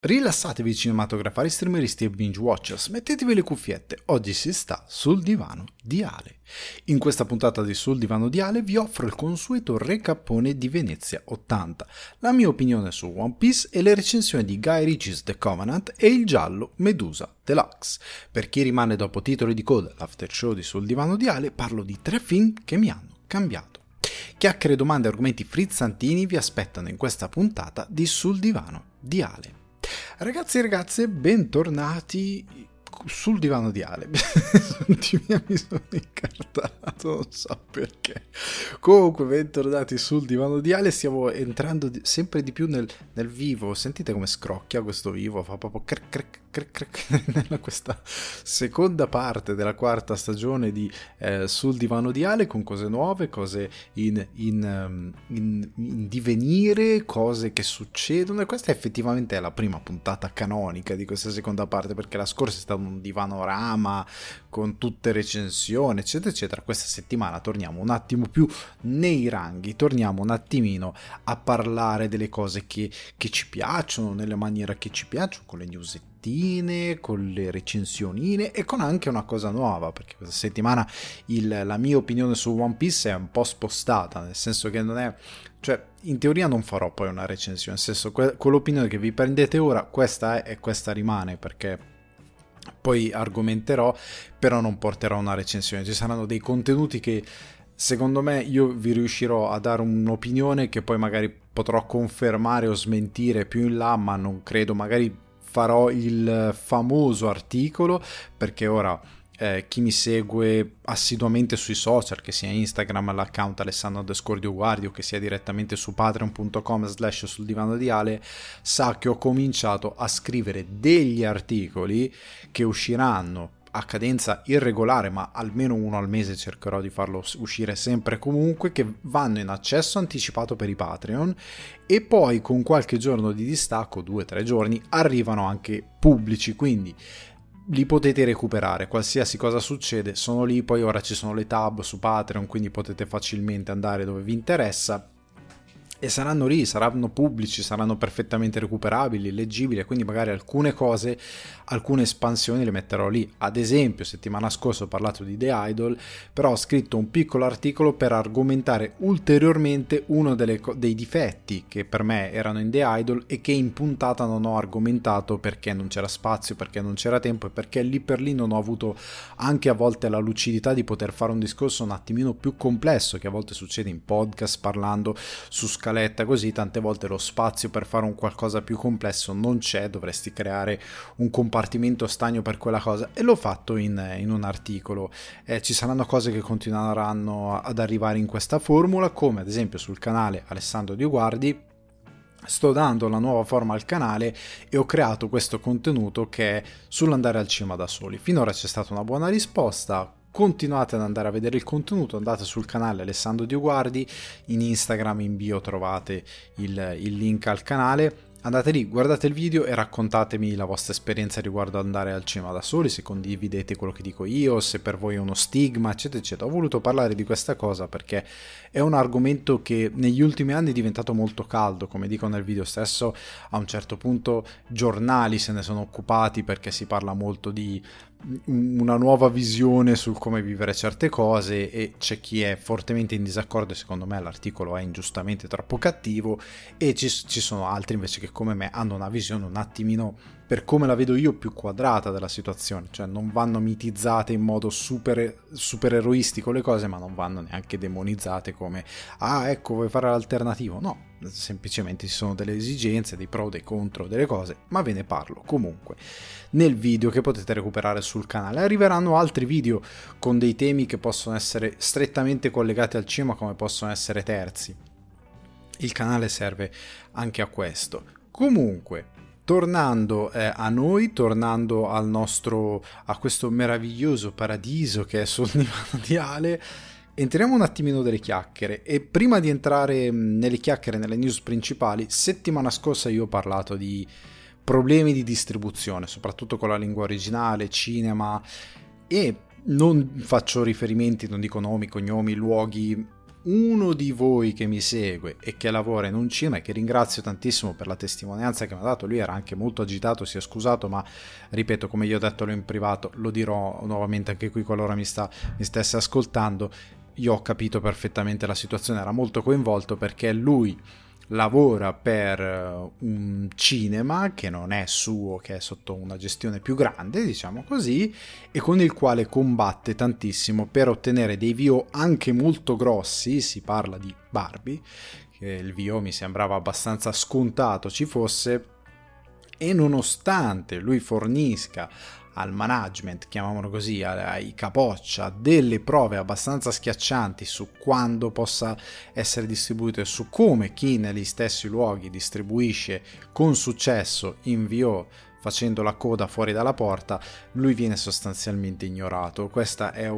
Rilassatevi cinematografari, streameristi e binge watchers, mettetevi le cuffiette, oggi si sta sul divano di Ale. In questa puntata di Sul divano di Ale vi offro il consueto recappone di Venezia 80, la mia opinione su One Piece e le recensioni di Guy Ritchie's The Covenant e il giallo Medusa Deluxe. Per chi rimane dopo titoli di coda, l'after show di Sul divano di Ale, parlo di 3 film che mi hanno cambiato. Chiacchiere, domande e argomenti frizzantini vi aspettano in questa puntata di Sul divano di Ale. Ragazzi e ragazze, bentornati sul divano di Ale. Ultimamente mi sono incartato, non so perché. Comunque, bentornati sul divano di Ale. Stiamo entrando sempre di più nel vivo. Sentite come scrocchia questo vivo? Fa proprio crack crack crack crack nella questa seconda parte della quarta stagione di sul divano di Ale, con cose nuove, cose in divenire, cose che succedono, e questa effettivamente è la prima puntata canonica di questa seconda parte, perché la scorsa è stato un divanorama con tutte recensioni eccetera eccetera. Questa settimana torniamo un attimo più nei ranghi, torniamo un attimino a parlare delle cose che ci piacciono, nelle maniere che ci piacciono, con le newsettine, con le recensionine e con anche una cosa nuova, perché questa settimana la mia opinione su One Piece è un po' spostata, nel senso che non è, cioè in teoria non farò poi una recensione, nel senso con l'opinione che vi prendete ora questa è e questa rimane, perché poi argomenterò, però non porterò una recensione. Ci saranno dei contenuti che secondo me io vi riuscirò a dare un'opinione che poi magari potrò confermare o smentire più in là, ma non credo, magari farò il famoso articolo, perché ora chi mi segue assiduamente sui social, che sia Instagram all'account Alessandro_Guardi o che sia direttamente su patreon.com/sul divano di Ale, sa che ho cominciato a scrivere degli articoli che usciranno a cadenza irregolare, ma almeno uno al mese cercherò di farlo uscire sempre e comunque, che vanno in accesso anticipato per i Patreon e poi con qualche giorno di distacco, 2-3 giorni, arrivano anche pubblici, quindi li potete recuperare, qualsiasi cosa succede sono lì. Poi ora ci sono le tab su Patreon, quindi potete facilmente andare dove vi interessa e saranno lì, saranno pubblici, saranno perfettamente recuperabili, leggibili, quindi magari alcune cose, alcune espansioni le metterò lì. Ad esempio, settimana scorsa ho parlato di The Idol, però ho scritto un piccolo articolo per argomentare ulteriormente uno dei difetti che per me erano in The Idol e che in puntata non ho argomentato perché non c'era spazio, perché non c'era tempo e perché lì per lì non ho avuto anche a volte la lucidità di poter fare un discorso un attimino più complesso, che a volte succede in podcast parlando su scaletta così. Tante volte lo spazio per fare un qualcosa più complesso non c'è, dovresti creare un compartimento stagno per quella cosa, e l'ho fatto in un articolo. Ci saranno cose che continueranno ad arrivare in questa formula, come ad esempio sul canale Alessandro Dioguardi sto dando la nuova forma al canale e ho creato questo contenuto che è sull'andare al cinema da soli. Finora c'è stata una buona risposta. Continuate ad andare a vedere il contenuto, andate sul canale Alessandro Dioguardi, in Instagram in bio trovate il link al canale, andate lì, guardate il video e raccontatemi la vostra esperienza riguardo andare al cinema da soli, se condividete quello che dico io, se per voi è uno stigma eccetera eccetera. Ho voluto parlare di questa cosa perché è un argomento che negli ultimi anni è diventato molto caldo, come dico nel video stesso. A un certo punto giornali se ne sono occupati perché si parla molto di una nuova visione sul come vivere certe cose e c'è chi è fortemente in disaccordo e secondo me l'articolo è ingiustamente troppo cattivo, e ci sono altri invece che come me hanno una visione un attimino, per come la vedo io, più quadrata della situazione, cioè non vanno mitizzate in modo super eroistico le cose, ma non vanno neanche demonizzate come ecco vuoi fare l'alternativo, no, semplicemente ci sono delle esigenze, dei pro, dei contro, delle cose, ma ve ne parlo comunque nel video che potete recuperare sul canale. Arriveranno altri video con dei temi che possono essere strettamente collegati al cinema, come possono essere terzi. Il canale serve anche a questo. Comunque, tornando a noi, tornando a questo meraviglioso paradiso che è sul divano di Ale, entriamo un attimino delle chiacchiere. E prima di entrare nelle chiacchiere, nelle news principali, settimana scorsa io ho parlato di problemi di distribuzione, soprattutto con la lingua originale, cinema, e non faccio riferimenti, non dico nomi, cognomi, luoghi uno di voi che mi segue e che lavora in un cinema, e che ringrazio tantissimo per la testimonianza che mi ha dato, lui era anche molto agitato, si è scusato, ma ripeto, come gli ho detto in privato, lo dirò nuovamente anche qui qualora mi stesse ascoltando, io ho capito perfettamente la situazione, era molto coinvolto perché lui lavora per un cinema che non è suo, che è sotto una gestione più grande, diciamo così, e con il quale combatte tantissimo per ottenere dei VO anche molto grossi. Si parla di Barbie, che il VO mi sembrava abbastanza scontato ci fosse, e nonostante lui fornisca al management, chiamiamolo così, ai capoccia, delle prove abbastanza schiaccianti su quando possa essere distribuito e su come chi negli stessi luoghi distribuisce con successo in VO facendo la coda fuori dalla porta, lui viene sostanzialmente ignorato. Questa è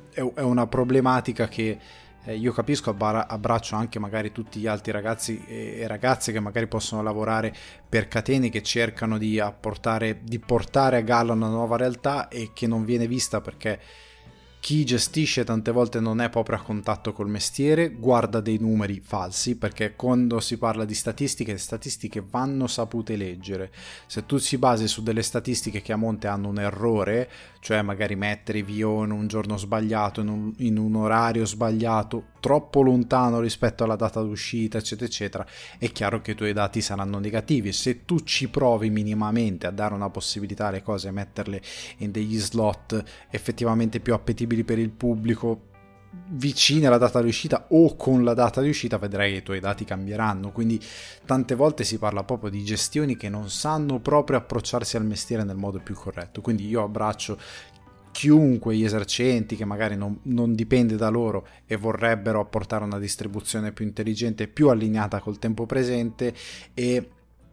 una problematica che io capisco, abbraccio anche magari tutti gli altri ragazzi e ragazze che magari possono lavorare per catene che cercano di portare a galla una nuova realtà e che non viene vista perché chi gestisce tante volte non è proprio a contatto col mestiere, guarda dei numeri falsi, perché quando si parla di statistiche, le statistiche vanno sapute leggere. Se tu si basi su delle statistiche che a monte hanno un errore, cioè magari mettere i VO in un giorno sbagliato, in un orario sbagliato, troppo lontano rispetto alla data d'uscita, eccetera, eccetera, è chiaro che i tuoi dati saranno negativi. Se tu ci provi minimamente a dare una possibilità alle cose, a metterle in degli slot effettivamente più appetibili per il pubblico, vicini alla data di uscita o con la data di uscita, vedrai che i tuoi dati cambieranno. Quindi tante volte si parla proprio di gestioni che non sanno proprio approcciarsi al mestiere nel modo più corretto. Quindi io abbraccio chiunque, gli esercenti che magari non dipende da loro e vorrebbero apportare una distribuzione più intelligente, più allineata col tempo presente, e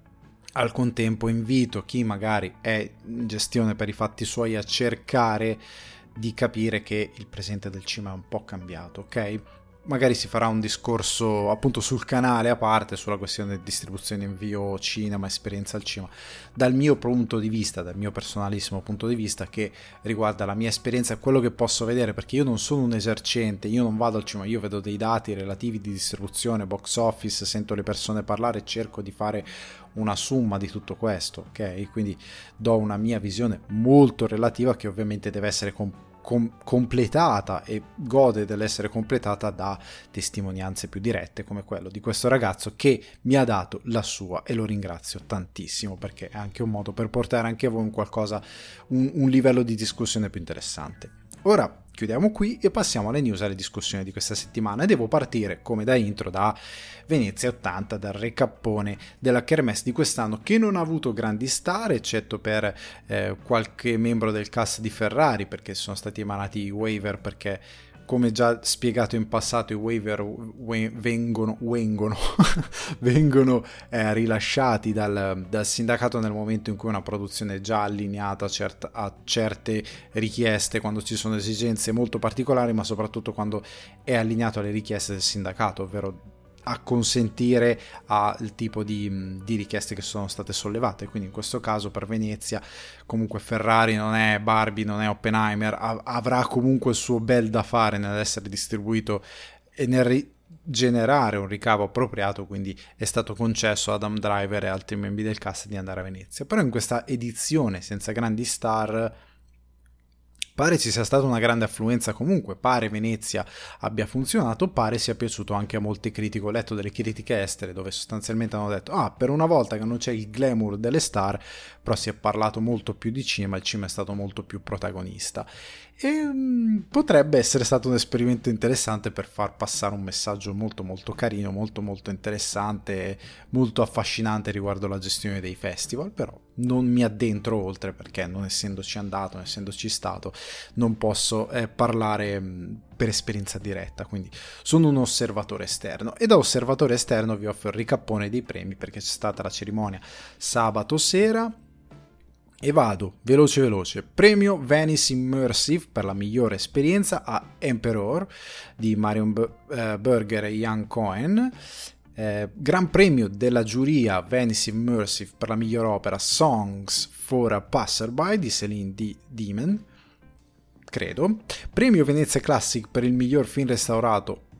al contempo invito chi magari è in gestione per i fatti suoi a cercare di capire che il presente del cinema è un po' cambiato, ok? Magari si farà un discorso appunto sul canale a parte sulla questione di distribuzione in VO, cinema, esperienza al cinema, dal mio punto di vista, dal mio personalissimo punto di vista, che riguarda la mia esperienza e quello che posso vedere, perché io non sono un esercente, io non vado al cinema, io vedo dei dati relativi di distribuzione, box office, sento le persone parlare e cerco di fare una somma di tutto questo, ok? Quindi do una mia visione molto relativa che ovviamente deve essere completata e gode dell'essere completata da testimonianze più dirette come quello di questo ragazzo che mi ha dato la sua, e lo ringrazio tantissimo perché è anche un modo per portare anche a voi un livello di discussione più interessante. Ora chiudiamo qui e passiamo alle news, alle discussioni di questa settimana, e devo partire come da intro da Venezia 80, dal recappone della Kermesse di quest'anno, che non ha avuto grandi star eccetto per qualche membro del cast di Ferrari, perché sono stati emanati i waiver, perché come già spiegato in passato i waiver vengono rilasciati dal sindacato nel momento in cui una produzione è già allineata a certe richieste, quando ci sono esigenze molto particolari, ma soprattutto quando è allineato alle richieste del sindacato, ovvero a consentire al tipo di richieste che sono state sollevate. Quindi in questo caso per Venezia comunque Ferrari non è Barbie, non è Oppenheimer, avrà comunque il suo bel da fare nell'essere distribuito e nel generare un ricavo appropriato, quindi è stato concesso ad Adam Driver e altri membri del cast di andare a Venezia. Però in questa edizione senza grandi star pare ci sia stata una grande affluenza, comunque pare Venezia abbia funzionato, pare sia piaciuto anche a molti critici. Ho letto delle critiche estere dove sostanzialmente hanno detto per una volta che non c'è il glamour delle star, però si è parlato molto più di cinema, il cinema è stato molto più protagonista, e potrebbe essere stato un esperimento interessante per far passare un messaggio molto molto carino, molto molto interessante, molto affascinante riguardo la gestione dei festival. Però non mi addentro oltre, perché non essendoci andato, non essendoci stato, non posso parlare per esperienza diretta, quindi sono un osservatore esterno, e da osservatore esterno vi offro il ricappone dei premi, perché c'è stata la cerimonia sabato sera. E vado veloce. Premio Venice Immersive per la migliore esperienza a Emperor di Marion Berger e Ian Cohen. Gran premio della giuria Venice Immersive per la miglior opera Songs for a Passerby di Céline Diamond, credo. Premio Venezia Classic per il miglior film restaurato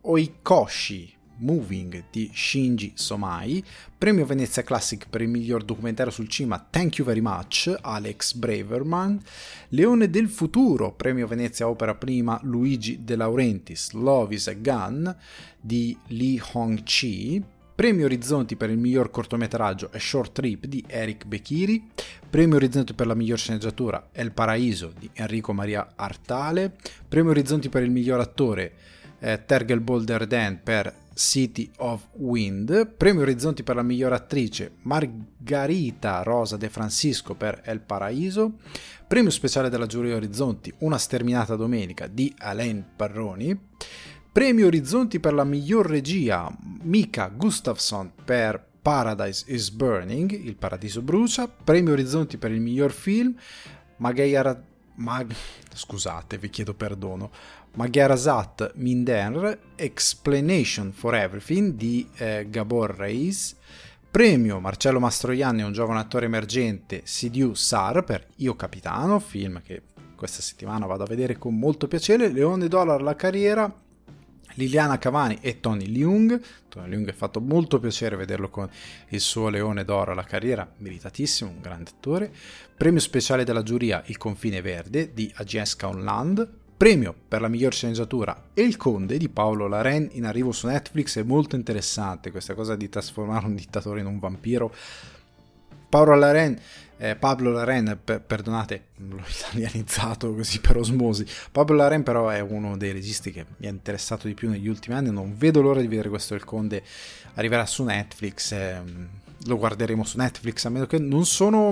Oikoshi Moving di Shinji Somai, premio Venezia Classic per il miglior documentario sul cinema Thank You Very Much, Alex Braverman. Leone del Futuro, premio Venezia Opera Prima Luigi De Laurentiis, Love is a Gun di Lee Hong-chi. Premio Orizzonti per il miglior cortometraggio A Short Trip di Eric Bechiri. Premio Orizzonti per la miglior sceneggiatura El Paraíso di Enrico Maria Artale. Premio Orizzonti per il miglior attore Tergel Bolderden per City of Wind. Premio Orizzonti per la miglior attrice Margarita Rosa De Francisco per El Paraíso. Premio speciale della giuria Orizzonti Una sterminata domenica di Alain Parroni. Premio Orizzonti per la miglior regia Mika Gustafsson per Paradise is Burning, Il paradiso brucia. Premio Orizzonti per il miglior film scusate, vi chiedo perdono. Magyarázat Minden, Explanation for Everything di Gabor Reis. Premio Marcello Mastroianni, un giovane attore emergente, Sidiou Sar per Io Capitano, film che questa settimana vado a vedere con molto piacere. Leone d'oro alla carriera, Liliana Cavani e Tony Leung. Tony Leung è fatto molto piacere vederlo con il suo Leone d'oro alla carriera, meritatissimo, un grande attore. Premio speciale della giuria Il confine verde di Agnieszka Holland. Premio per la miglior sceneggiatura El Conde di Paolo Larraín, in arrivo su Netflix. È molto interessante questa cosa di trasformare un dittatore in un vampiro. Pablo Larraín, perdonate, l'ho italianizzato così per osmosi. Pablo Larraín però è uno dei registi che mi è interessato di più negli ultimi anni. Non vedo l'ora di vedere questo Il Conde. Arriverà su Netflix, lo guarderemo su Netflix, a meno che non sono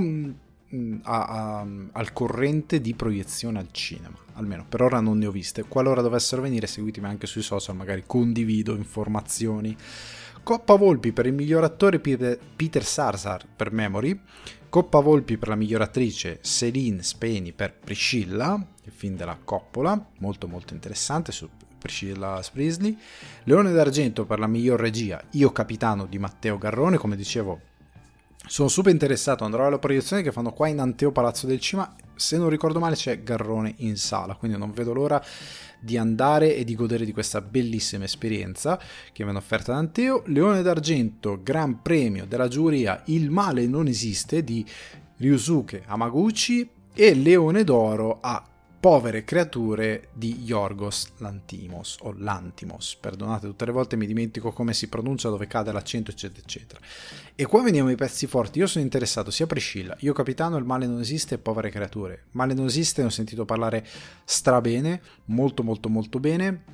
al corrente di proiezione al cinema, almeno per ora non ne ho viste. Qualora dovessero venire, seguitemi anche sui social, magari condivido informazioni. Coppa Volpi per il miglior attore Peter Sarsar per Memory. Coppa Volpi per la miglior attrice Céline Späni per Priscilla, il film della Coppola, molto molto interessante su Priscilla Presley. Leone d'argento per la miglior regia Io Capitano di Matteo Garrone. Come dicevo, sono super interessato, andrò alla proiezione che fanno qua in Anteo Palazzo del Cinema. Se non ricordo male c'è Garrone in sala, quindi non vedo l'ora di andare e di godere di questa bellissima esperienza che mi hanno offerto ad Anteo. Leone d'argento, gran premio della giuria Il male non esiste di Ryusuke Hamaguchi. E Leone d'oro a Povere creature di Yorgos Lanthimos, o Lanthimos, perdonate, tutte le volte mi dimentico come si pronuncia, dove cade l'accento, eccetera eccetera. E qua veniamo ai pezzi forti. Io sono interessato sia a Priscilla, Io Capitano, Il male non esiste e Povere creature. Male non esiste, ne ho sentito parlare strabene, molto molto molto bene.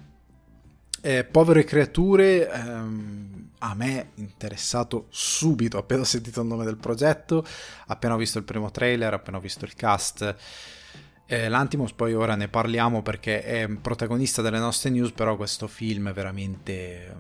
Povere creature a me è interessato subito, appena ho sentito il nome del progetto, appena ho visto il primo trailer, appena ho visto il cast. Lanthimos poi ora ne parliamo perché è protagonista delle nostre news, però questo film veramente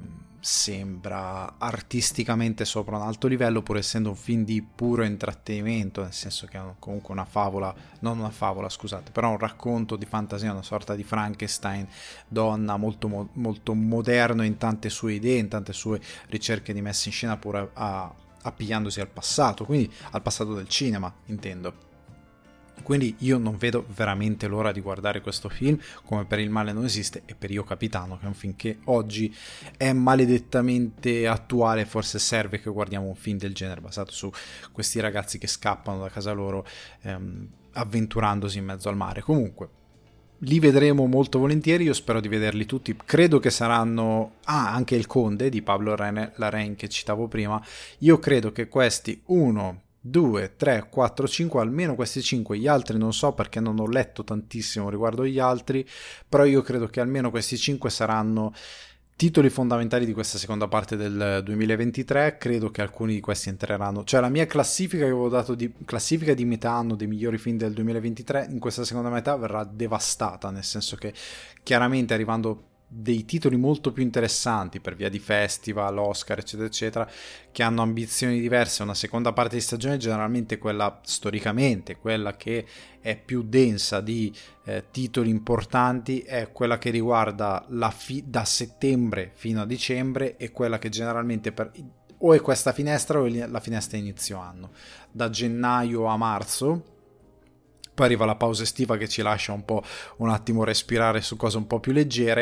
sembra artisticamente sopra un alto livello, pur essendo un film di puro intrattenimento, nel senso che è comunque una favola, non una favola scusate, però un racconto di fantasia, una sorta di Frankenstein donna, molto, molto moderno in tante sue idee, in tante sue ricerche di messa in scena, pur appigliandosi al passato, quindi al passato del cinema intendo. Quindi io non vedo veramente l'ora di guardare questo film, come per Il male non esiste e per Io Capitano, che è un film che oggi è maledettamente attuale. Forse serve che guardiamo un film del genere basato su questi ragazzi che scappano da casa loro avventurandosi in mezzo al mare. Comunque li vedremo molto volentieri, io spero di vederli tutti. Credo che saranno anche Il Conde di Pablo Larraín che citavo prima. Io credo che questi 1, 2, 3, 4, 5, almeno questi 5, gli altri non so perché non ho letto tantissimo riguardo gli altri, però io credo che almeno questi 5 saranno titoli fondamentali di questa seconda parte del 2023. Credo che alcuni di questi entreranno, cioè la mia classifica che avevo dato classifica di metà anno dei migliori film del 2023 in questa seconda metà verrà devastata, nel senso che chiaramente arrivando dei titoli molto più interessanti per via di festival, Oscar eccetera eccetera, che hanno ambizioni diverse. Una seconda parte di stagione generalmente quella storicamente, quella che è più densa di titoli importanti, è quella che riguarda da settembre fino a dicembre, e quella che generalmente o è questa finestra o è la finestra inizio anno, da gennaio a marzo. Poi arriva la pausa estiva che ci lascia un attimo respirare su cose un po' più leggere.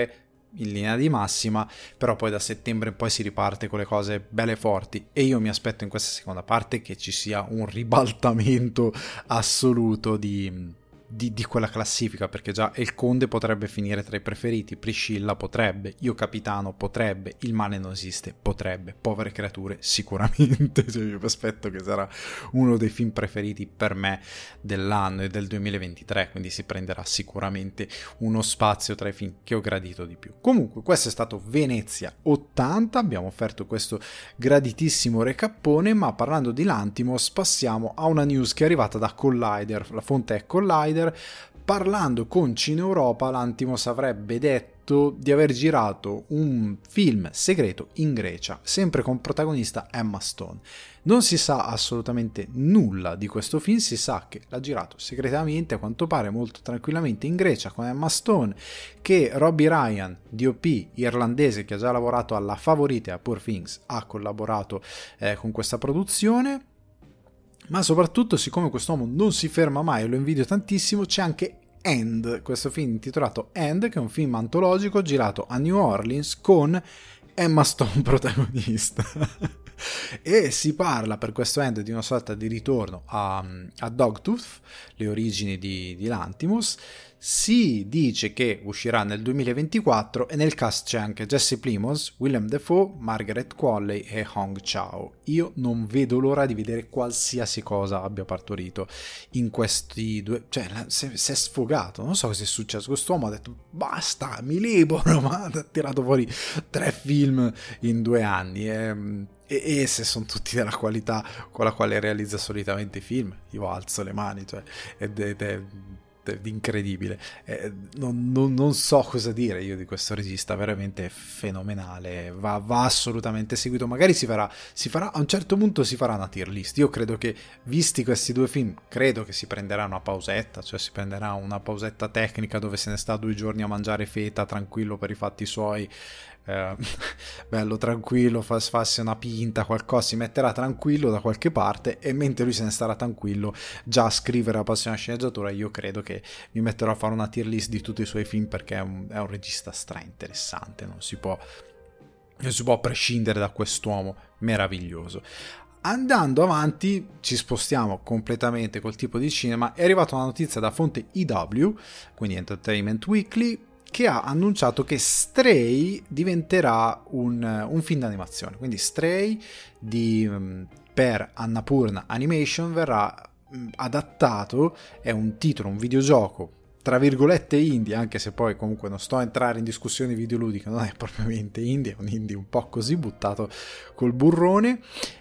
in linea di massima, però poi da settembre in poi si riparte con le cose belle forti, e io mi aspetto in questa seconda parte che ci sia un ribaltamento assoluto di quella classifica, perché già El Conde potrebbe finire tra i preferiti, Priscilla potrebbe, Io Capitano potrebbe, Il male non esiste potrebbe, Povere creature sicuramente, cioè io mi aspetto che sarà uno dei film preferiti per me dell'anno e del 2023, quindi si prenderà sicuramente uno spazio tra i film che ho gradito di più. Comunque questo è stato Venezia 80, abbiamo offerto questo graditissimo recappone, ma parlando di Lanthimos passiamo a una news che è arrivata da Collider, la fonte è Collider. Parlando con Cineuropa, Lanthimos avrebbe detto di aver girato un film segreto in Grecia, sempre con protagonista Emma Stone. Non si sa assolutamente nulla di questo film, si sa che l'ha girato segretamente, a quanto pare molto tranquillamente in Grecia con Emma Stone, che Robbie Ryan, DOP irlandese che ha già lavorato alla Favorite e a Poor Things, ha collaborato con questa produzione. Ma soprattutto, siccome quest'uomo non si ferma mai e lo invidio tantissimo, c'è anche End, questo film intitolato End, che è un film antologico girato a New Orleans con Emma Stone protagonista. E si parla per questo End di una sorta di ritorno a Dogtooth, le origini di Lanthimos. Si dice che uscirà nel 2024 e nel cast c'è anche Jesse Plimons, Willem Dafoe, Margaret Qualley e Hong Chau. Io non vedo l'ora di vedere qualsiasi cosa abbia partorito in questi due, cioè si è sfogato, non so cosa è successo, quest'uomo ha detto basta, mi libero, ma ha tirato fuori 3 film in 2 anni e se sono tutti della qualità con la quale realizza solitamente i film, io alzo le mani, cioè ed è incredibile. Non so cosa dire io di questo regista, veramente fenomenale, va assolutamente seguito. Magari si farà a un certo punto, si farà una tier list. Io credo che, visti questi 2 film, credo che si prenderà una pausetta, cioè si prenderà una pausetta tecnica dove se ne sta 2 giorni a mangiare feta tranquillo per i fatti suoi, bello tranquillo, farsi una pinta, qualcosa, si metterà tranquillo da qualche parte, e mentre lui se ne starà tranquillo già a scrivere la prossima sceneggiatura, io credo che mi metterò a fare una tier list di tutti i suoi film, perché è un regista stra interessante, non si può prescindere da quest'uomo meraviglioso. Andando avanti, ci spostiamo completamente col tipo di cinema. È arrivata una notizia da fonte EW, quindi Entertainment Weekly, che ha annunciato che Stray diventerà un film d'animazione. Quindi Stray per Annapurna Animation verrà adattato, è un titolo, un videogioco tra virgolette indie, anche se poi comunque non sto a entrare in discussioni videoludiche, non è propriamente indie, è un indie un po' così buttato col burrone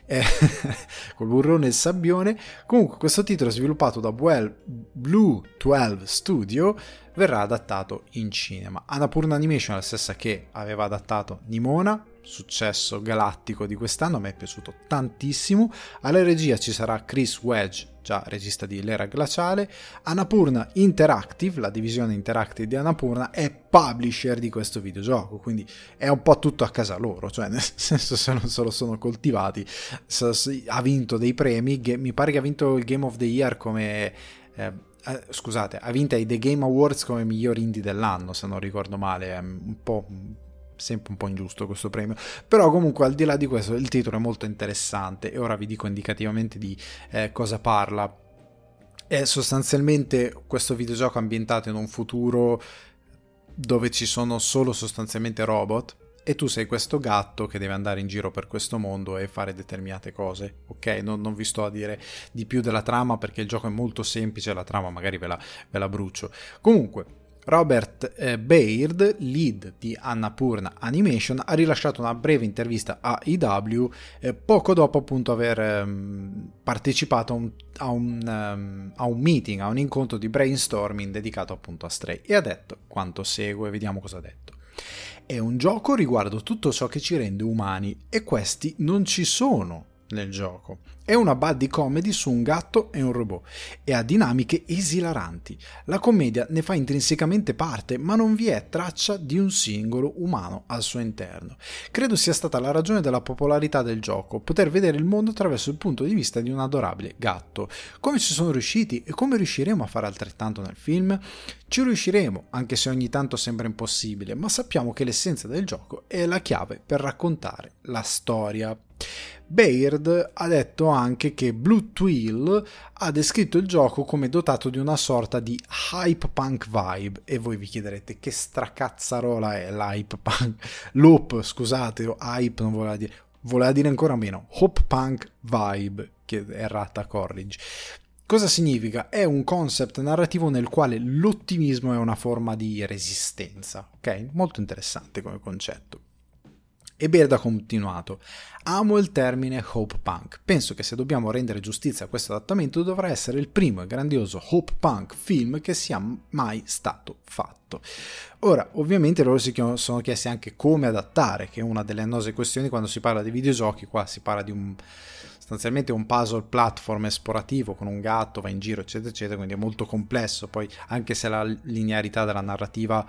e il sabbione. Comunque questo titolo, sviluppato da Blue 12 Studio, verrà adattato in cinema. Annapurna Animation è la stessa che aveva adattato Nimona, successo galattico di quest'anno, a me è piaciuto tantissimo. Alla regia ci sarà Chris Wedge, già regista di L'Era Glaciale. Annapurna Interactive, la divisione Interactive di Annapurna, è publisher di questo videogioco, quindi è un po' tutto a casa loro, cioè nel senso, se non se lo sono coltivati, ha vinto dei premi, mi pare che ha vinto il Game of the Year come scusate, ha vinto i The Game Awards come miglior indie dell'anno, se non ricordo male. È sempre un po' ingiusto questo premio, però comunque al di là di questo il titolo è molto interessante, e ora vi dico indicativamente di cosa parla. È sostanzialmente questo videogioco ambientato in un futuro dove ci sono solo sostanzialmente robot, e tu sei questo gatto che deve andare in giro per questo mondo e fare determinate cose, ok? Non vi sto a dire di più della trama, perché il gioco è molto semplice, la trama magari ve la brucio. Comunque, Robert Baird, lead di Annapurna Animation, ha rilasciato una breve intervista a EW poco dopo appunto aver partecipato a un meeting, a un incontro di brainstorming dedicato appunto a Stray, e ha detto quanto segue. Vediamo cosa ha detto. È un gioco riguardo tutto ciò che ci rende umani, e questi non ci sono nel gioco. È una buddy comedy su un gatto e un robot e ha dinamiche esilaranti. La commedia ne fa intrinsecamente parte, ma non vi è traccia di un singolo umano al suo interno. Credo sia stata la ragione della popolarità del gioco, poter vedere il mondo attraverso il punto di vista di un adorabile gatto. Come ci sono riusciti e come riusciremo a fare altrettanto nel film? Ci riusciremo, anche se ogni tanto sembra impossibile, ma sappiamo che l'essenza del gioco è la chiave per raccontare la storia. Baird ha detto anche che Blue Twill ha descritto il gioco come dotato di una sorta di hype punk vibe, e voi vi chiederete che stracazzarola è l'hype punk, l'hope, scusate, o hype non voleva dire ancora meno, hop punk vibe, che è errata, corrige. Cosa significa? È un concept narrativo nel quale l'ottimismo è una forma di resistenza, ok? Molto interessante come concetto. E Baird ha continuato: amo il termine Hope Punk, penso che se dobbiamo rendere giustizia a questo adattamento dovrà essere il primo e grandioso Hope Punk film che sia mai stato fatto. Ora, ovviamente loro si sono chiesti anche come adattare, che è una delle annose questioni quando si parla di videogiochi. Qua si parla di sostanzialmente un puzzle platform esplorativo con un gatto, va in giro eccetera eccetera, quindi è molto complesso. Poi anche se la linearità della narrativa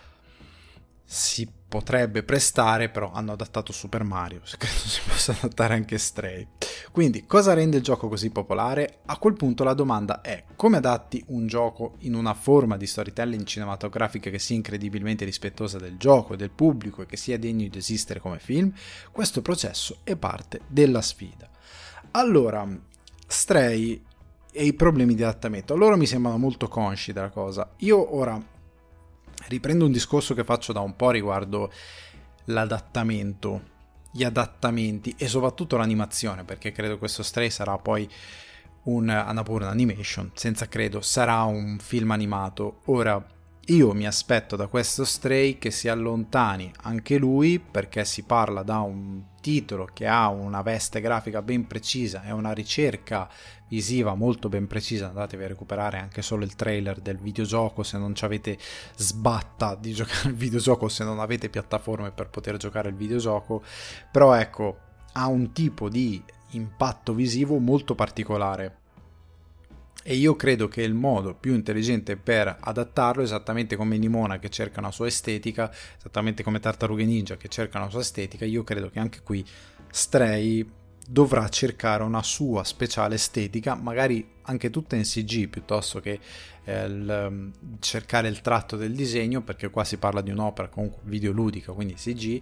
si potrebbe prestare, però hanno adattato Super Mario, credo si possa adattare anche Stray. Quindi cosa rende il gioco così popolare? A quel punto la domanda è: come adatti un gioco in una forma di storytelling cinematografica che sia incredibilmente rispettosa del gioco e del pubblico e che sia degno di esistere come film? Questo processo è parte della sfida. Allora, Stray e i problemi di adattamento, loro mi sembrano molto consci della cosa. Io ora riprendo un discorso che faccio da un po' riguardo l'adattamento, gli adattamenti e soprattutto l'animazione, perché credo questo Stray sarà poi un Annapurna Animation, senza credo sarà un film animato. Ora io mi aspetto da questo Stray che si allontani anche lui, perché si parla da un titolo che ha una veste grafica ben precisa e una ricerca visiva molto ben precisa. Andatevi a recuperare anche solo il trailer del videogioco se non ci avete sbatta di giocare il videogioco, se non avete piattaforme per poter giocare il videogioco. Però ecco, ha un tipo di impatto visivo molto particolare e io credo che il modo più intelligente per adattarlo, esattamente come Nimona che cerca una sua estetica, esattamente come Tartarughe Ninja che cerca una sua estetica, io credo che anche qui Stray dovrà cercare una sua speciale estetica, magari anche tutta in CG piuttosto che cercare il tratto del disegno, perché qua si parla di un'opera comunque videoludica, quindi CG.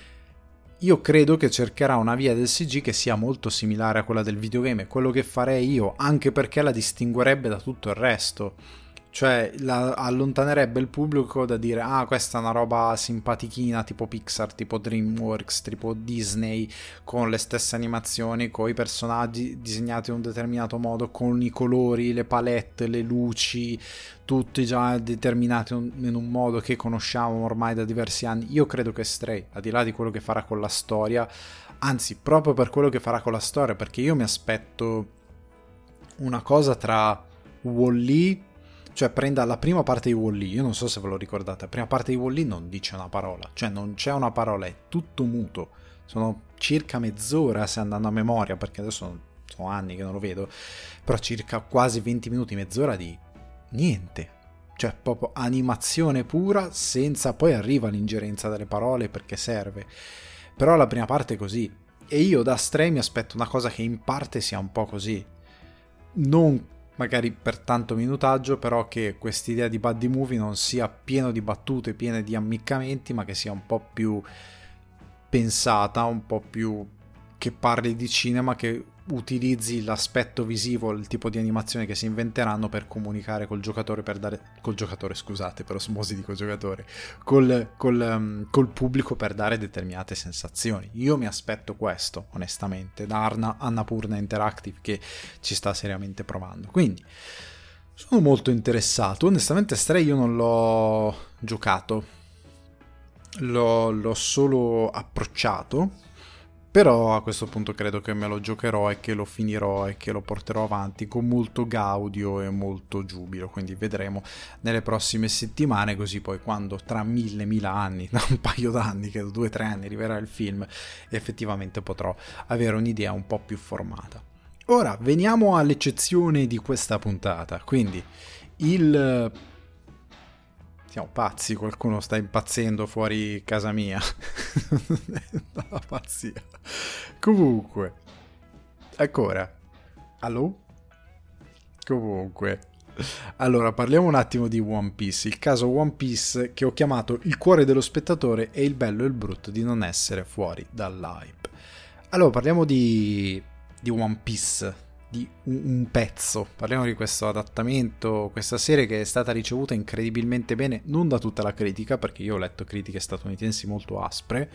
Io credo che cercherà una via del CG che sia molto similare a quella del videogame, è quello che farei io, anche perché la distinguerebbe da tutto il resto. Cioè la allontanerebbe il pubblico da dire: ah, questa è una roba simpatichina tipo Pixar, tipo DreamWorks, tipo Disney, con le stesse animazioni, con i personaggi disegnati in un determinato modo, con i colori, le palette, le luci, tutti già determinati in un modo che conosciamo ormai da diversi anni. Io credo che Stray, al di là di quello che farà con la storia, anzi proprio per quello che farà con la storia, perché io mi aspetto una cosa tra Wall-E, cioè prenda la prima parte di Wall-E, io non so se ve lo ricordate, la prima parte di Wall-E non dice una parola, cioè non c'è una parola, è tutto muto. Sono circa mezz'ora, se andando a memoria, perché adesso sono anni che non lo vedo, però circa quasi 20 minuti, mezz'ora di niente. Cioè proprio animazione pura, senza poi arriva l'ingerenza delle parole perché serve. Però la prima parte è così. E io da Stray mi aspetto una cosa che in parte sia un po' così. Non magari per tanto minutaggio, però che quest'idea di buddy movie non sia pieno di battute, piene di ammiccamenti, ma che sia un po' più pensata, un po' più che parli di cinema, che utilizzi l'aspetto visivo, il tipo di animazione che si inventeranno per comunicare col giocatore, scusate, per osmosi dico giocatore, col pubblico, per dare determinate sensazioni. Io mi aspetto questo, onestamente, da Annapurna Interactive, che ci sta seriamente provando. Quindi sono molto interessato. Onestamente Stray io non l'ho giocato, l'ho solo approcciato, Però a questo punto credo che me lo giocherò e che lo finirò e che lo porterò avanti con molto gaudio e molto giubilo, quindi vedremo nelle prossime settimane, così poi quando tra mille anni, da un paio d'anni, credo 2 o 3 anni, arriverà il film, effettivamente potrò avere un'idea un po' più formata. Ora veniamo all'eccezione di questa puntata, quindi il... Siamo pazzi, qualcuno sta impazzendo fuori casa mia. La pazzia. Comunque, ancora. Allo? Comunque. Allora, parliamo un attimo di One Piece. Il caso One Piece che ho chiamato il cuore dello spettatore e il bello e il brutto di non essere fuori dall'hype. Allora, parliamo di One Piece, di un pezzo. Parliamo di questo adattamento, questa serie che è stata ricevuta incredibilmente bene, non da tutta la critica, perché io ho letto critiche statunitensi molto aspre,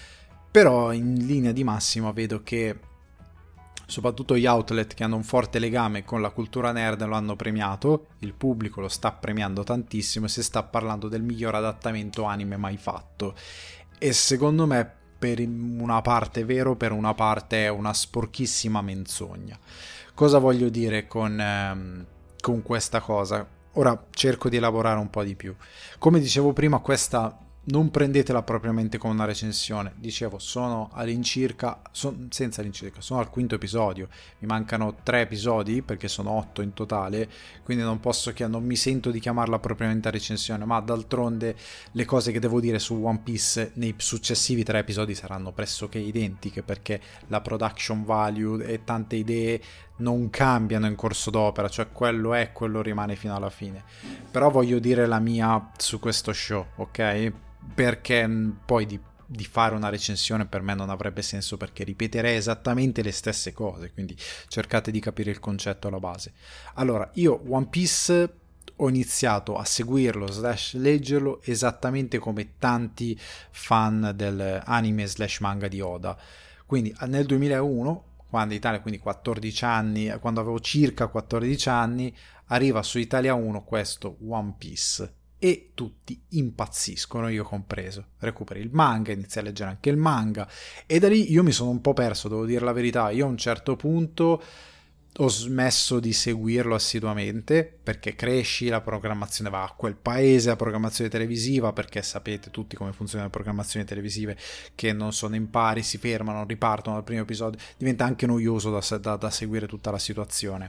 però in linea di massima vedo che soprattutto gli outlet che hanno un forte legame con la cultura nerd lo hanno premiato, il pubblico lo sta premiando tantissimo e si sta parlando del miglior adattamento anime mai fatto. E secondo me per una parte è vero, per una parte è una sporchissima menzogna. Cosa voglio dire con questa cosa? Ora cerco di elaborare un po' di più. Come dicevo prima, questa non prendetela propriamente come una recensione. Dicevo, sono all'incirca, senza all'incirca, sono al 5° episodio. Mi mancano 3 episodi perché sono 8 in totale, quindi non mi sento di chiamarla propriamente a recensione, ma d'altronde le cose che devo dire su One Piece nei successivi 3 episodi saranno pressoché identiche, perché la production value e tante idee non cambiano in corso d'opera, cioè quello rimane fino alla fine. Però voglio dire la mia su questo show, ok? Perché poi di fare una recensione per me non avrebbe senso, perché ripeterei esattamente le stesse cose, quindi cercate di capire il concetto alla base. Allora, io One Piece ho iniziato a seguirlo / leggerlo esattamente come tanti fan del anime / manga di Oda, quindi nel 2001, quando in Italia, quindi 14 anni, quando avevo circa 14 anni, arriva su Italia 1 questo One Piece e tutti impazziscono, io compreso. Recuperi il manga, inizi a leggere anche il manga e da lì io mi sono un po' perso, devo dire la verità. Io a un certo punto ho smesso di seguirlo assiduamente, perché cresci, la programmazione va a quel paese, la programmazione televisiva, perché sapete tutti come funzionano le programmazioni televisive, che non sono in pari, si fermano, ripartono dal primo episodio, diventa anche noioso da seguire tutta la situazione.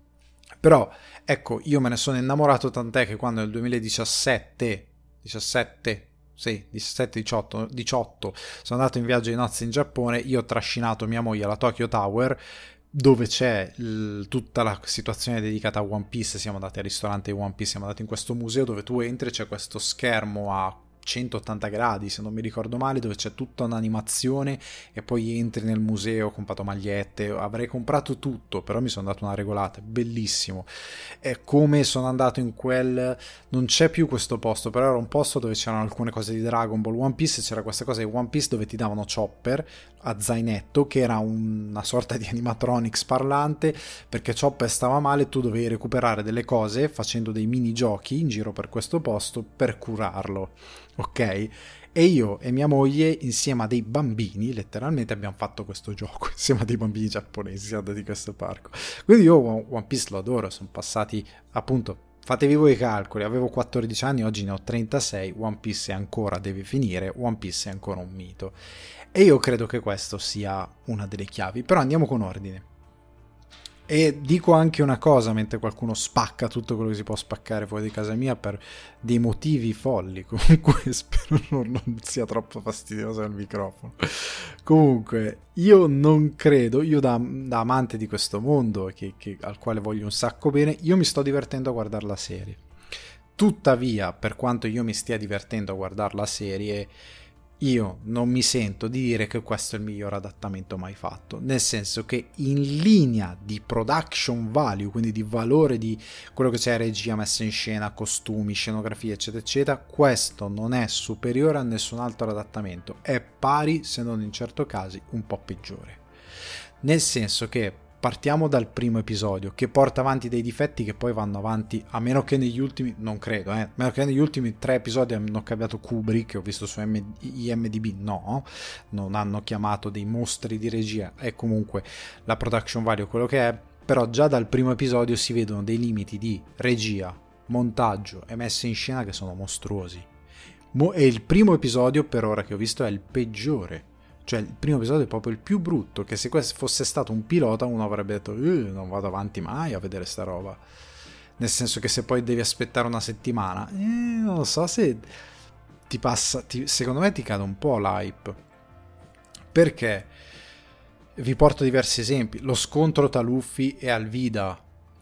Però ecco, io me ne sono innamorato, tant'è che quando nel 2017-18 sono andato in viaggio di nozze in Giappone, io ho trascinato mia moglie alla Tokyo Tower, dove c'è tutta la situazione dedicata a One Piece. Siamo andati al ristorante di One Piece, siamo andati in questo museo dove tu entri, c'è questo schermo a 180 gradi se non mi ricordo male, dove c'è tutta un'animazione e poi entri nel museo. Ho comprato magliette, avrei comprato tutto, però mi sono dato una regolata, bellissimo. È come sono andato in quel, non c'è più questo posto, però era un posto dove c'erano alcune cose di Dragon Ball, One Piece, c'era questa cosa di One Piece dove ti davano Chopper a zainetto, che era una sorta di animatronics parlante, perché Chopper stava male, tu dovevi recuperare delle cose facendo dei mini giochi in giro per questo posto per curarlo. Ok? E io e mia moglie insieme a dei bambini, letteralmente abbiamo fatto questo gioco insieme a dei bambini giapponesi, siamo andati in questo parco. Quindi io One Piece lo adoro, sono passati, appunto, fatevi voi i calcoli, avevo 14 anni, oggi ne ho 36, One Piece ancora deve finire, One Piece è ancora un mito. E io credo che questo sia una delle chiavi, però andiamo con ordine. E dico anche una cosa, mentre qualcuno spacca tutto quello che si può spaccare fuori di casa mia per dei motivi folli, comunque spero non sia troppo fastidioso il microfono. Comunque io non credo, io da amante di questo mondo al quale voglio un sacco bene, io mi sto divertendo a guardare la serie. Tuttavia, per quanto io mi stia divertendo a guardare la serie, io non mi sento di dire che questo è il miglior adattamento mai fatto, nel senso che in linea di production value, quindi di valore di quello che c'è, regia, messa in scena, costumi, scenografia, eccetera eccetera, questo non è superiore a nessun altro adattamento, è pari, se non in certi casi un po' peggiore, nel senso che partiamo dal primo episodio, che porta avanti dei difetti che poi vanno avanti, a meno che negli ultimi, non credo, a meno che negli ultimi 3 episodi hanno cambiato Kubrick, che ho visto su IMDb, no, non hanno chiamato dei mostri di regia, è comunque la production value quello che è, però già dal primo episodio si vedono dei limiti di regia, montaggio e messa in scena che sono mostruosi. E il primo episodio per ora che ho visto è il peggiore, cioè il primo episodio è proprio il più brutto, che se questo fosse stato un pilota uno avrebbe detto non vado avanti mai a vedere sta roba, nel senso che se poi devi aspettare una settimana non lo so se ti passa, secondo me ti cade un po' l'hype, perché vi porto diversi esempi. Lo scontro tra Luffy e Alvida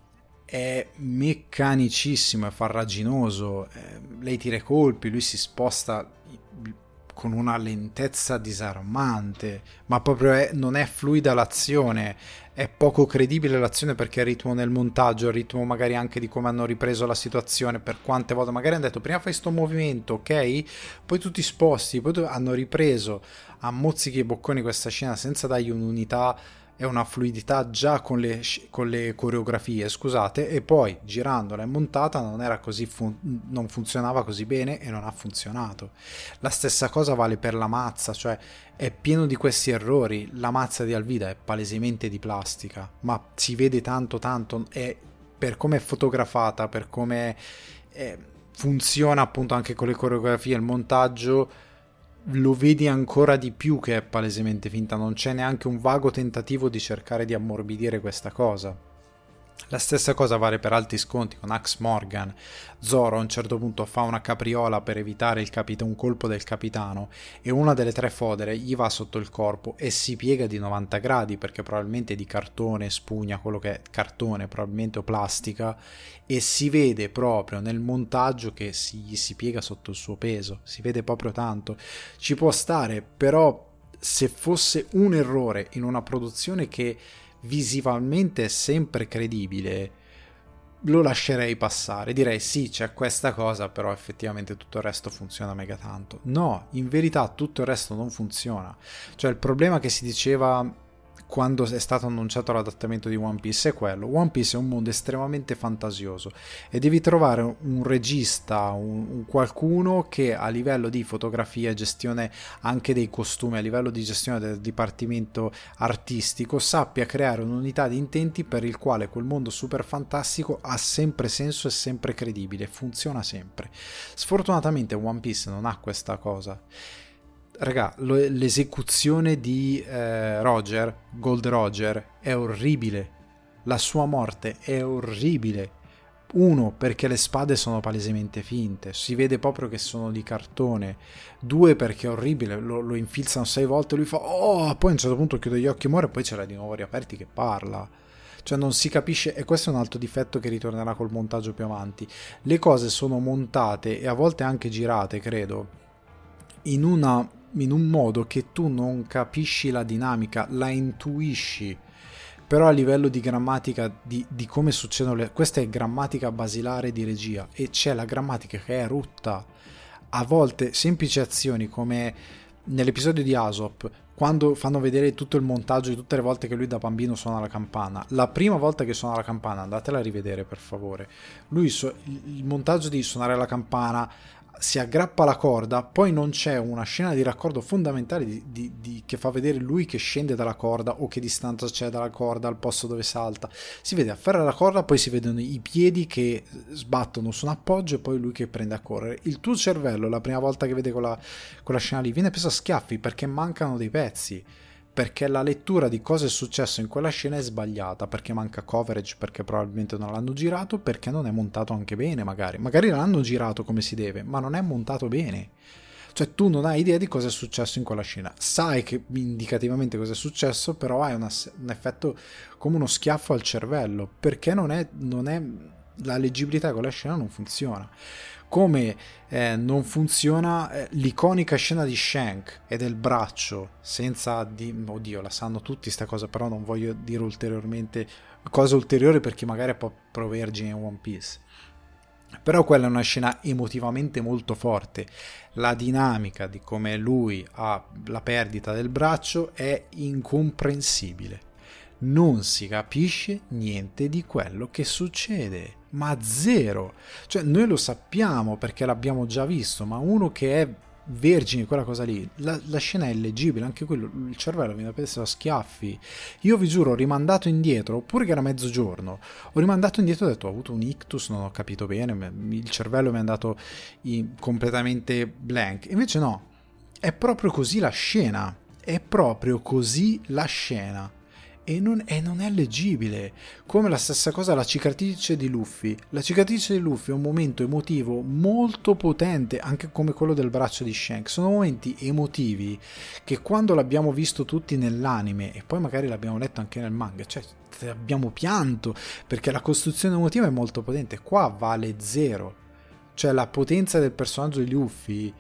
è meccanicissimo, è farraginoso, lei tira i colpi, lui si sposta con una lentezza disarmante, ma proprio non è fluida l'azione, è poco credibile l'azione, perché il ritmo nel montaggio, il ritmo magari anche di come hanno ripreso la situazione, per quante volte magari hanno detto prima fai sto movimento, ok, poi tu ti sposti, poi hanno ripreso a mozzichi e bocconi questa scena senza dargli un'unità e una fluidità già con le coreografie, scusate, e poi girandola e montata non era così non funzionava così bene e non ha funzionato. La stessa cosa vale per la mazza, cioè è pieno di questi errori. La mazza di Alvida è palesemente di plastica, ma si vede tanto, è per come è fotografata, per come funziona appunto anche con le coreografie, il montaggio, lo vedi ancora di più che è palesemente finta, non c'è neanche un vago tentativo di cercare di ammorbidire questa cosa. La stessa cosa vale per altri sconti con Axe Morgan. Zoro a un certo punto fa una capriola per evitare un colpo del capitano e una delle 3 fodere gli va sotto il corpo e si piega di 90 gradi, perché probabilmente è di cartone, spugna quello che è cartone probabilmente o plastica, e si vede proprio nel montaggio che si piega sotto il suo peso, si vede proprio tanto. Ci può stare, però se fosse un errore in una produzione che visivamente è sempre credibile, lo lascerei passare, direi sì, c'è questa cosa, però effettivamente tutto il resto funziona mega tanto. No, in verità tutto il resto non funziona. Cioè il problema che si diceva quando è stato annunciato l'adattamento di One Piece è quello: One Piece è un mondo estremamente fantasioso e devi trovare un regista, un qualcuno che a livello di fotografia, gestione anche dei costumi, a livello di gestione del dipartimento artistico, sappia creare un'unità di intenti per il quale quel mondo super fantastico ha sempre senso e sempre credibile, funziona sempre. Sfortunatamente One Piece non ha questa cosa. Raga, l'esecuzione di Gold Roger, è orribile. La sua morte è orribile. 1, perché le spade sono palesemente finte, si vede proprio che sono di cartone. 2, perché è orribile, lo infilzano 6 volte e lui fa oh, poi a un certo punto chiude gli occhi e muore, e poi ce l'ha di nuovo riaperti che parla. Cioè non si capisce, e questo è un altro difetto che ritornerà col montaggio più avanti. Le cose sono montate e a volte anche girate, credo, in un modo che tu non capisci la dinamica, la intuisci, però a livello di grammatica, di come succedono questa è grammatica basilare di regia, e c'è la grammatica che è rutta. A volte semplici azioni, come nell'episodio di Aesop, quando fanno vedere tutto il montaggio di tutte le volte che lui da bambino suona la campana, la prima volta che suona la campana, andatela a rivedere per favore, il montaggio di suonare la campana, si aggrappa alla corda, poi non c'è una scena di raccordo fondamentale che fa vedere lui che scende dalla corda o che distanza c'è dalla corda al posto dove salta. Si vede afferra la corda, poi si vedono i piedi che sbattono su un appoggio e poi lui che prende a correre. Il tuo cervello la prima volta che vede quella scena lì viene preso a schiaffi perché mancano dei pezzi, perché la lettura di cosa è successo in quella scena è sbagliata, perché manca coverage, perché probabilmente non l'hanno girato, perché non è montato anche bene, magari l'hanno girato come si deve, ma non è montato bene. Cioè tu non hai idea di cosa è successo in quella scena, sai che indicativamente cosa è successo, però hai un effetto come uno schiaffo al cervello, perché non è la leggibilità di quella scena non funziona. Come non funziona l'iconica scena di Shank e del braccio, senza oddio, la sanno tutti sta cosa, però non voglio dire ulteriormente cose ulteriori per chi magari è proprio vergine in One Piece. Però quella è una scena emotivamente molto forte. La dinamica di come lui ha la perdita del braccio è incomprensibile. non si capisce niente di quello che succede, ma zero. Cioè noi lo sappiamo perché l'abbiamo già visto, ma uno che è vergine quella cosa lì, la scena è illeggibile, anche quello, il cervello viene a prendere a schiaffi. Io vi giuro, ho rimandato indietro, oppure che era mezzogiorno, ho rimandato indietro e ho detto ho avuto un ictus, non ho capito bene, il cervello mi è andato completamente blank. Invece no, è proprio così la scena, è proprio così la scena. E non è leggibile. Come la stessa cosa la cicatrice di Luffy. La cicatrice di Luffy è un momento emotivo molto potente, anche come quello del braccio di Shanks. Sono momenti emotivi che quando l'abbiamo visto tutti nell'anime e poi magari l'abbiamo letto anche nel manga, cioè abbiamo pianto perché la costruzione emotiva è molto potente. Qua vale zero. Cioè la potenza del personaggio di Luffy,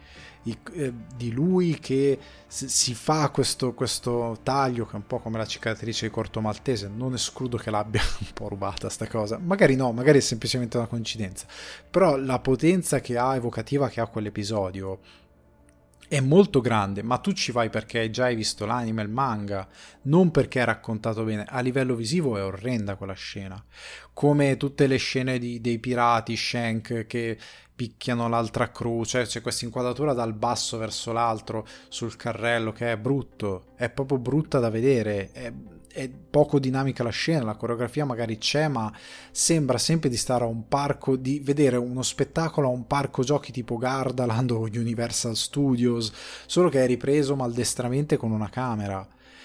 di lui che si fa questo taglio che è un po' come la cicatrice di Corto Maltese, non escludo che l'abbia un po' rubata sta cosa, magari no, magari è semplicemente una coincidenza, però la potenza che ha, evocativa che ha quell'episodio è molto grande, ma tu ci vai perché già hai visto l'anime, il manga, non perché è raccontato bene. A livello visivo è orrenda quella scena, come tutte le scene dei pirati, Shank che picchiano l'altra croce, c'è questa inquadratura dal basso verso l'altro sul carrello che è brutto, è proprio brutta da vedere, è poco dinamica la scena, la coreografia magari c'è, ma sembra sempre di stare a un parco, di vedere uno spettacolo a un parco giochi tipo Gardaland o Universal Studios, solo che è ripreso maldestramente con una camera.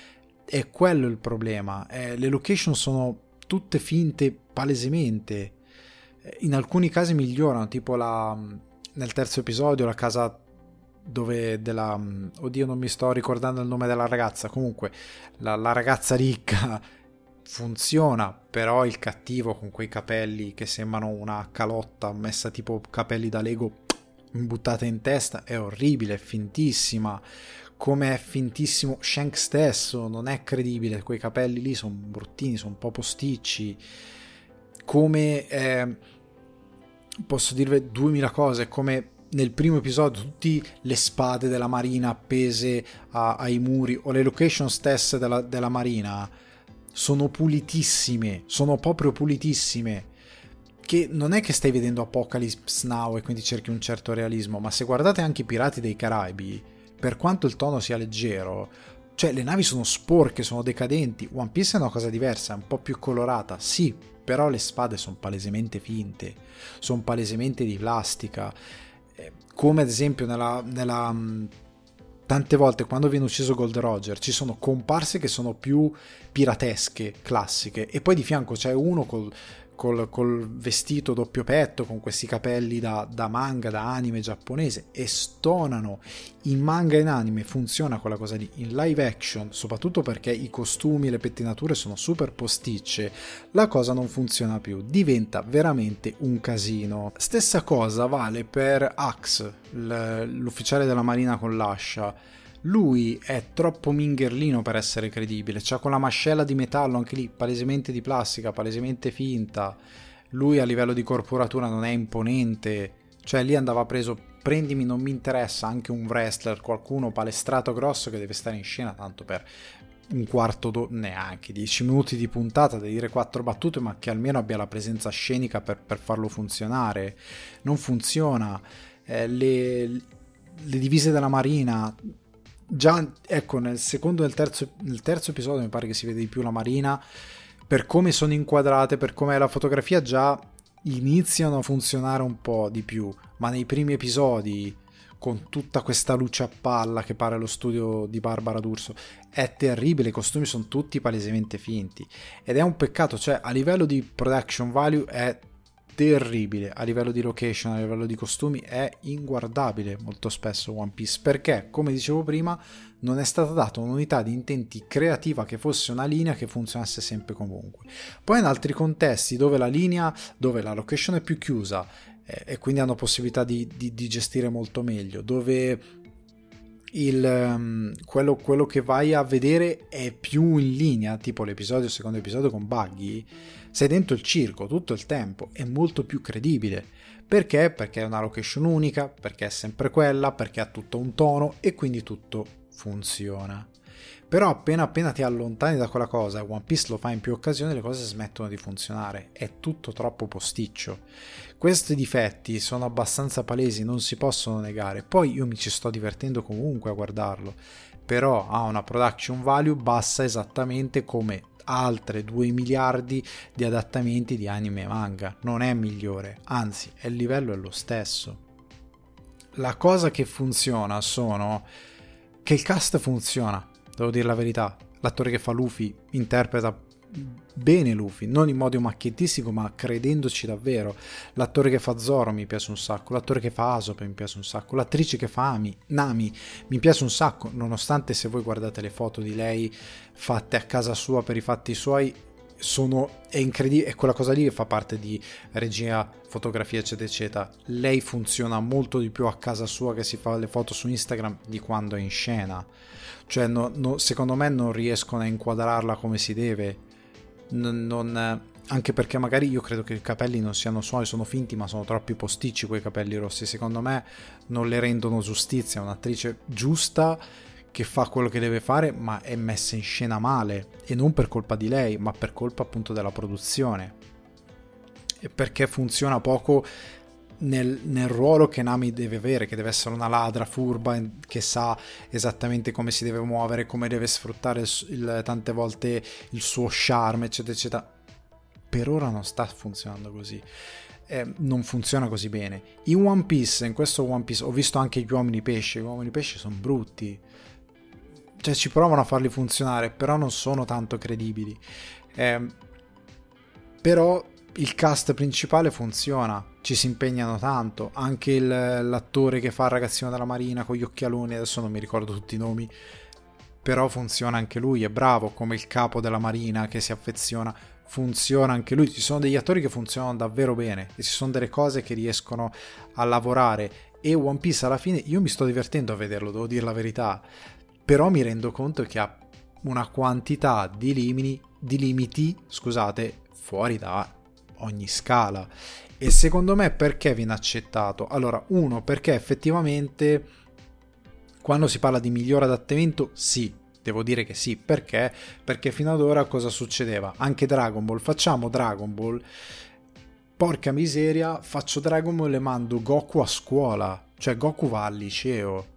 È quello il problema, le location sono tutte finte palesemente, in alcuni casi migliorano, tipo nel terzo episodio la casa dove oddio non mi sto ricordando il nome della ragazza, comunque la ragazza ricca funziona, però il cattivo con quei capelli che sembrano una calotta messa tipo capelli da Lego buttata in testa è orribile, è fintissima, come è fintissimo Shank stesso, non è credibile, quei capelli lì sono bruttini, sono un po' posticci, come posso dirvi 2000 cose, come nel primo episodio tutte le spade della marina appese ai muri o le location stesse della marina sono pulitissime, sono proprio pulitissime, che non è che stai vedendo Apocalypse Now e quindi cerchi un certo realismo, ma se guardate anche i Pirati dei Caraibi, per quanto il tono sia leggero, cioè le navi sono sporche, sono decadenti. One Piece è una cosa diversa, è un po' più colorata, sì, però le spade sono palesemente finte, sono palesemente di plastica, come ad esempio tante volte quando viene ucciso Gold Roger ci sono comparse che sono più piratesche, classiche, e poi di fianco c'è uno col vestito doppio petto, con questi capelli da manga, da anime giapponese, e stonano. In manga e in anime funziona quella cosa lì, in live action, soprattutto perché i costumi e le pettinature sono super posticce, la cosa non funziona più, diventa veramente un casino. Stessa cosa vale per Axe, l'ufficiale della marina con l'ascia. Lui è troppo mingherlino per essere credibile, c'ha quella mascella di metallo anche lì, palesemente di plastica, palesemente finta. Lui a livello di corporatura non è imponente, cioè lì andava preso, prendimi, non mi interessa, anche un wrestler, qualcuno palestrato grosso che deve stare in scena tanto per un quarto neanche 10 minuti di puntata, da dire 4 battute, ma che almeno abbia la presenza scenica per farlo funzionare. Non funziona. Le divise della marina, già ecco nel secondo e nel terzo episodio mi pare che si vede di più la marina, per come sono inquadrate, per come è la fotografia, già iniziano a funzionare un po' di più, ma nei primi episodi con tutta questa luce a palla che pare lo studio di Barbara D'Urso è terribile, i costumi sono tutti palesemente finti ed è un peccato, cioè a livello di production value è terribile, a livello di location, a livello di costumi è inguardabile molto spesso One Piece, perché come dicevo prima non è stata data un'unità di intenti creativa che fosse una linea che funzionasse sempre comunque. Poi in altri contesti dove dove la location è più chiusa e quindi hanno possibilità di gestire molto meglio, dove quello che vai a vedere è più in linea, tipo secondo episodio con Buggy, sei dentro il circo tutto il tempo, è molto più credibile. Perché? Perché è una location unica, perché è sempre quella, perché ha tutto un tono e quindi tutto funziona. però appena ti allontani da quella cosa, One Piece lo fa in più occasioni, le cose smettono di funzionare, è tutto troppo posticcio. Questi difetti sono abbastanza palesi, non si possono negare, poi io mi ci sto divertendo comunque a guardarlo, però ha una production value bassa esattamente come altre 2 miliardi di adattamenti di anime e manga, non è migliore, anzi il livello è lo stesso. La cosa che funziona sono che il cast funziona, devo dire la verità, l'attore che fa Luffy interpreta bene Luffy, non in modo macchiettistico ma credendoci davvero. L'attore che fa Zoro mi piace un sacco, l'attore che fa Asope mi piace un sacco, l'attrice che fa Nami mi piace un sacco, nonostante, se voi guardate le foto di lei fatte a casa sua per i fatti suoi, è incredibile, è quella cosa lì che fa parte di regia, fotografia eccetera eccetera. Lei funziona molto di più a casa sua che si fa le foto su Instagram di quando è in scena, cioè secondo me non riescono a inquadrarla come si deve, anche perché magari io credo che i capelli non siano suoi, sono finti, ma sono troppi posticci quei capelli rossi, secondo me non le rendono giustizia. È un'attrice giusta che fa quello che deve fare, ma è messa in scena male, e non per colpa di lei, ma per colpa appunto della produzione, e perché funziona poco nel ruolo che Nami deve avere, che deve essere una ladra furba che sa esattamente come si deve muovere, come deve sfruttare tante volte il suo charme eccetera eccetera. Per ora non sta funzionando così, non funziona così bene. In One Piece, in questo One Piece ho visto anche gli uomini pesce sono brutti, cioè ci provano a farli funzionare, però non sono tanto credibili, però il cast principale funziona, ci si impegnano tanto, anche l'attore che fa il ragazzino della marina con gli occhialoni, adesso non mi ricordo tutti i nomi, però funziona anche lui, è bravo, come il capo della marina che si affeziona, funziona anche lui. Ci sono degli attori che funzionano davvero bene e ci sono delle cose che riescono a lavorare, e One Piece alla fine io mi sto divertendo a vederlo, devo dire la verità, però mi rendo conto che ha una quantità di limiti, scusate, fuori da ogni scala. E secondo me perché viene accettato? Allora, uno, perché effettivamente quando si parla di miglior adattamento, sì, devo dire che sì. Perché? Perché fino ad ora cosa succedeva? Anche Dragon Ball, facciamo Dragon Ball, porca miseria, faccio Dragon Ball e mando Goku a scuola, cioè Goku va al liceo,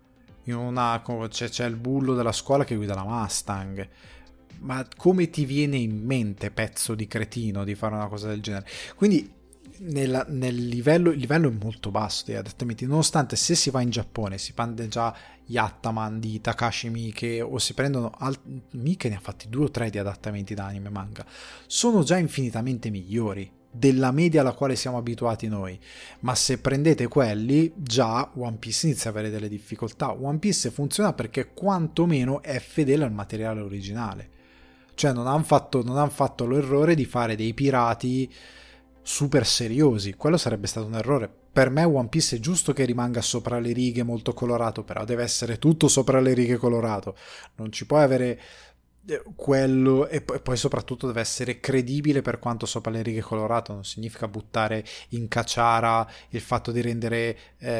c'è il bullo della scuola che guida la Mustang. Ma come ti viene in mente, pezzo di cretino, di fare una cosa del genere? Quindi il livello è molto basso degli adattamenti, nonostante se si va in Giappone si prende già Yattaman di Takashi Miike, o si prendono Miike ne ha fatti 2 o 3 di adattamenti da anime e manga, sono già infinitamente migliori della media alla quale siamo abituati noi, ma se prendete quelli già One Piece inizia a avere delle difficoltà. One Piece funziona perché quantomeno è fedele al materiale originale, cioè non hanno fatto l'errore di fare dei pirati super seriosi, quello sarebbe stato un errore. Per me One Piece è giusto che rimanga sopra le righe molto colorato, però deve essere tutto sopra le righe colorato, non ci puoi avere quello, e poi soprattutto deve essere credibile, per quanto sopra le righe colorato non significa buttare in caciara il fatto di rendere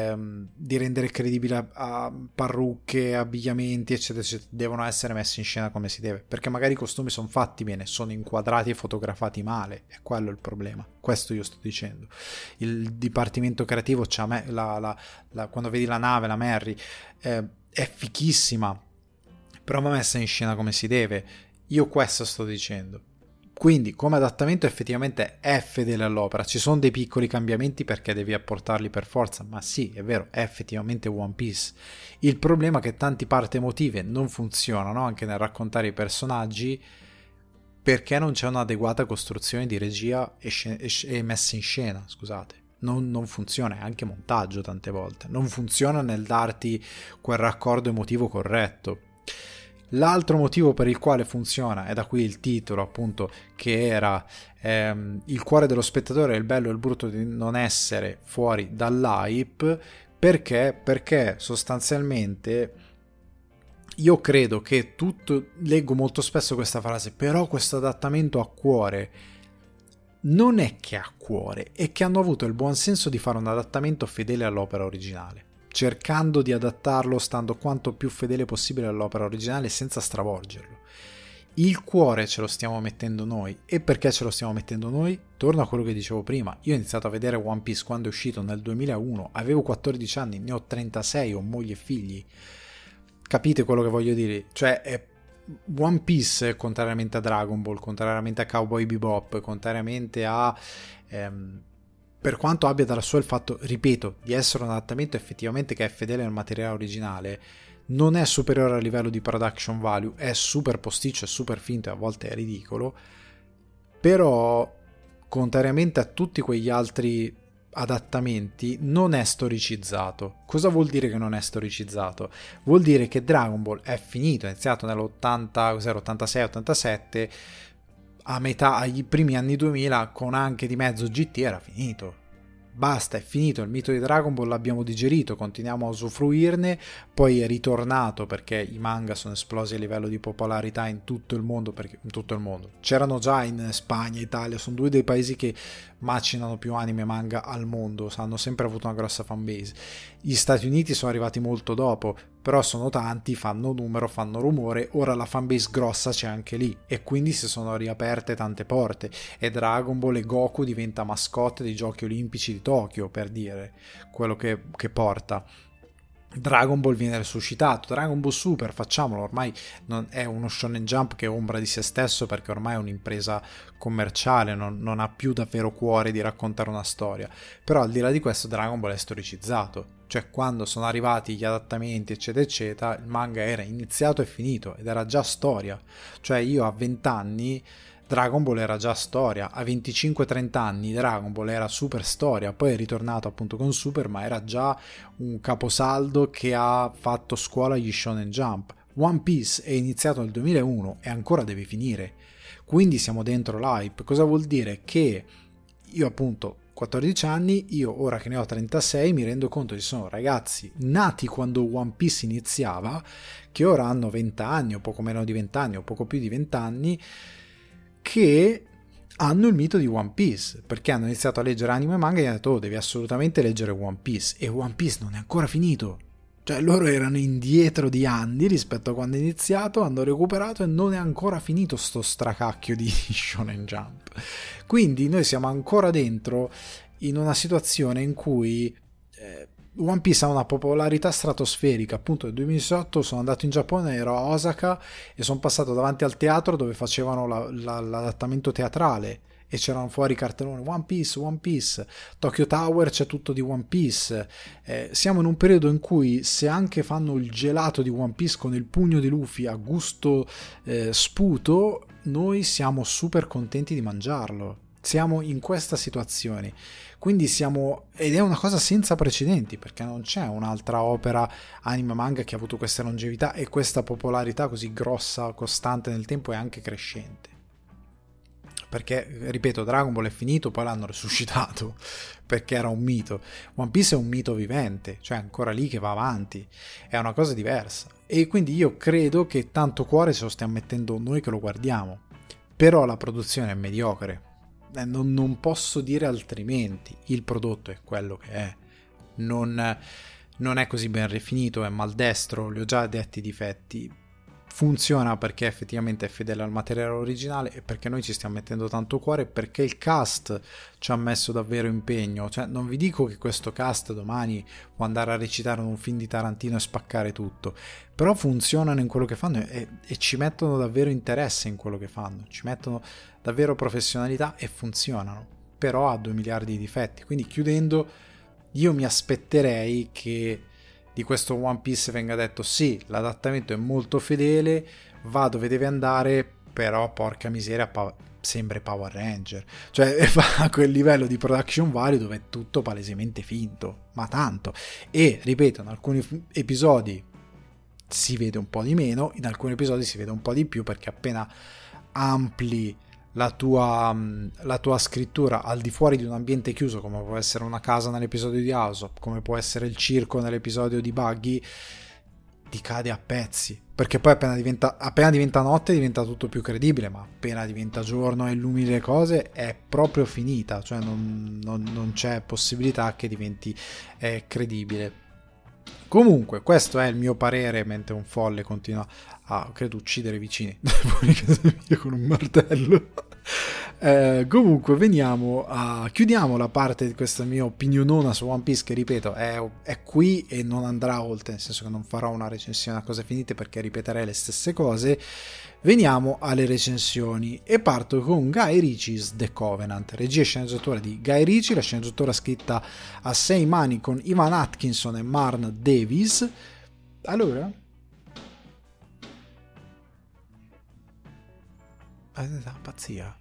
credibile a parrucche, abbigliamenti eccetera eccetera. Devono essere messi in scena come si deve, perché magari i costumi sono fatti bene, sono inquadrati e fotografati male, è quello il problema. Questo io sto dicendo. Il dipartimento creativo quando vedi la nave, la Merry, è fichissima, però va messa in scena come si deve. Io questo sto dicendo. Quindi come adattamento effettivamente è fedele all'opera, ci sono dei piccoli cambiamenti perché devi apportarli per forza, ma sì, è vero, è effettivamente One Piece. Il problema è che tante parti emotive non funzionano anche nel raccontare i personaggi, perché non c'è un'adeguata costruzione di regia e messa in scena, scusate. Non funziona, è anche montaggio tante volte, non funziona nel darti quel raccordo emotivo corretto. L'altro motivo per il quale funziona, e da qui il titolo appunto, che era il cuore dello spettatore, il bello e il brutto di non essere fuori dall'hype, perché sostanzialmente io credo che leggo molto spesso questa frase, però questo adattamento a cuore. Non è che ha cuore, è che hanno avuto il buon senso di fare un adattamento fedele all'opera originale. cercando di adattarlo, stando quanto più fedele possibile all'opera originale senza stravolgerlo. Il cuore ce lo stiamo mettendo noi. E perché ce lo stiamo mettendo noi? Torno a quello che dicevo prima. Io ho iniziato a vedere One Piece quando è uscito nel 2001, avevo 14 anni, ne ho 36, ho moglie e figli. Capite quello che voglio dire? Cioè, One Piece, contrariamente a Dragon Ball, contrariamente a Cowboy Bebop, contrariamente a... per quanto abbia dalla sua il fatto, ripeto, di essere un adattamento effettivamente che è fedele al materiale originale, non è superiore a livello di production value, è super posticcio, è super finto e a volte è ridicolo, però contrariamente a tutti quegli altri adattamenti non è storicizzato. Cosa vuol dire che non è storicizzato? Vuol dire che Dragon Ball è finito, è iniziato nell'80, 86-87, a metà, ai primi anni 2000, con anche di mezzo GT, era finito. Basta, è finito, il mito di Dragon Ball l'abbiamo digerito, continuiamo a usufruirne, poi è ritornato perché i manga sono esplosi a livello di popolarità in tutto il mondo, perché in tutto il mondo c'erano già in Spagna, Italia, sono due dei paesi che macinano più anime e manga al mondo, hanno sempre avuto una grossa fanbase. Gli Stati Uniti sono arrivati molto dopo, però sono tanti, fanno numero, fanno rumore, ora la fanbase grossa c'è anche lì e quindi si sono riaperte tante porte e Dragon Ball e Goku diventa mascotte dei giochi olimpici di Tokyo, per dire quello che porta. Dragon Ball viene resuscitato, Dragon Ball Super, facciamolo, ormai non è uno Shonen Jump che è ombra di se stesso perché ormai è un'impresa commerciale, non ha più davvero cuore di raccontare una storia, però al di là di questo Dragon Ball è storicizzato, cioè quando sono arrivati gli adattamenti eccetera eccetera, il manga era iniziato e finito ed era già storia, cioè io a 20 anni Dragon Ball era già storia, a 25-30 anni Dragon Ball era super storia, poi è ritornato appunto con Super, ma era già un caposaldo che ha fatto scuola agli Shonen Jump. One Piece è iniziato nel 2001 e ancora deve finire, quindi siamo dentro l'hype. Cosa vuol dire? Che io appunto 14 anni, io ora che ne ho 36 mi rendo conto che ci sono ragazzi nati quando One Piece iniziava, che ora hanno 20 anni o poco meno di 20 anni o poco più di 20 anni, che hanno il mito di One Piece perché hanno iniziato a leggere anime e manga e hanno detto devi assolutamente leggere One Piece, e One Piece non è ancora finito, cioè loro erano indietro di anni rispetto a quando è iniziato, hanno recuperato e non è ancora finito sto stracacchio di Shonen Jump, quindi noi siamo ancora dentro in una situazione in cui One Piece ha una popolarità stratosferica. Appunto nel 2018 sono andato in Giappone, ero a Osaka e sono passato davanti al teatro dove facevano l'adattamento teatrale e c'erano fuori cartelloni One Piece, One Piece, Tokyo Tower c'è tutto di One Piece. Siamo in un periodo in cui se anche fanno il gelato di One Piece con il pugno di Luffy a gusto sputo, noi siamo super contenti di mangiarlo. Siamo in questa situazione, quindi ed è una cosa senza precedenti perché non c'è un'altra opera anime manga che ha avuto questa longevità e questa popolarità così grossa, costante nel tempo e anche crescente, perché ripeto Dragon Ball è finito, poi l'hanno resuscitato perché era un mito. One Piece è un mito vivente, cioè è ancora lì che va avanti, è una cosa diversa, e quindi io credo che tanto cuore ce lo stiamo mettendo noi che lo guardiamo, però la produzione è mediocre. Non posso dire altrimenti, il prodotto è quello che è, non è così ben rifinito, è maldestro, li ho già detti i difetti, funziona perché effettivamente è fedele al materiale originale e perché noi ci stiamo mettendo tanto cuore, perché il cast ci ha messo davvero impegno, cioè non vi dico che questo cast domani può andare a recitare un film di Tarantino e spaccare tutto, però funzionano in quello che fanno e ci mettono davvero interesse in quello che fanno, ci mettono davvero professionalità e funzionano, però ha 2 miliardi di difetti. Quindi chiudendo, io mi aspetterei che di questo One Piece venga detto sì, l'adattamento è molto fedele, va dove deve andare, però porca miseria sembra Power Ranger, cioè fa a quel livello di production value dove è tutto palesemente finto, ma tanto, e ripeto, in alcuni episodi si vede un po' di meno, in alcuni episodi si vede un po' di più, perché appena ampli la tua scrittura al di fuori di un ambiente chiuso, come può essere una casa nell'episodio di Usopp, come può essere il circo nell'episodio di Buggy, ti cade a pezzi, perché poi appena diventa notte diventa tutto più credibile, ma appena diventa giorno e illumini le cose è proprio finita, cioè non c'è possibilità che diventi credibile. Comunque, questo è il mio parere, mentre un folle continua a, credo, uccidere i vicini con un martello. Comunque, chiudiamo la parte di questa mia opinionona su One Piece, che ripeto è qui e non andrà oltre, nel senso che non farò una recensione a cose finite perché ripeterei le stesse cose. Veniamo alle recensioni e parto con Guy Ritchie's The Covenant, regia e sceneggiatura di Guy Ritchie, la sceneggiatura scritta a 6 mani con Ivan Atkinson e Marn Davies. Allora, pazzia,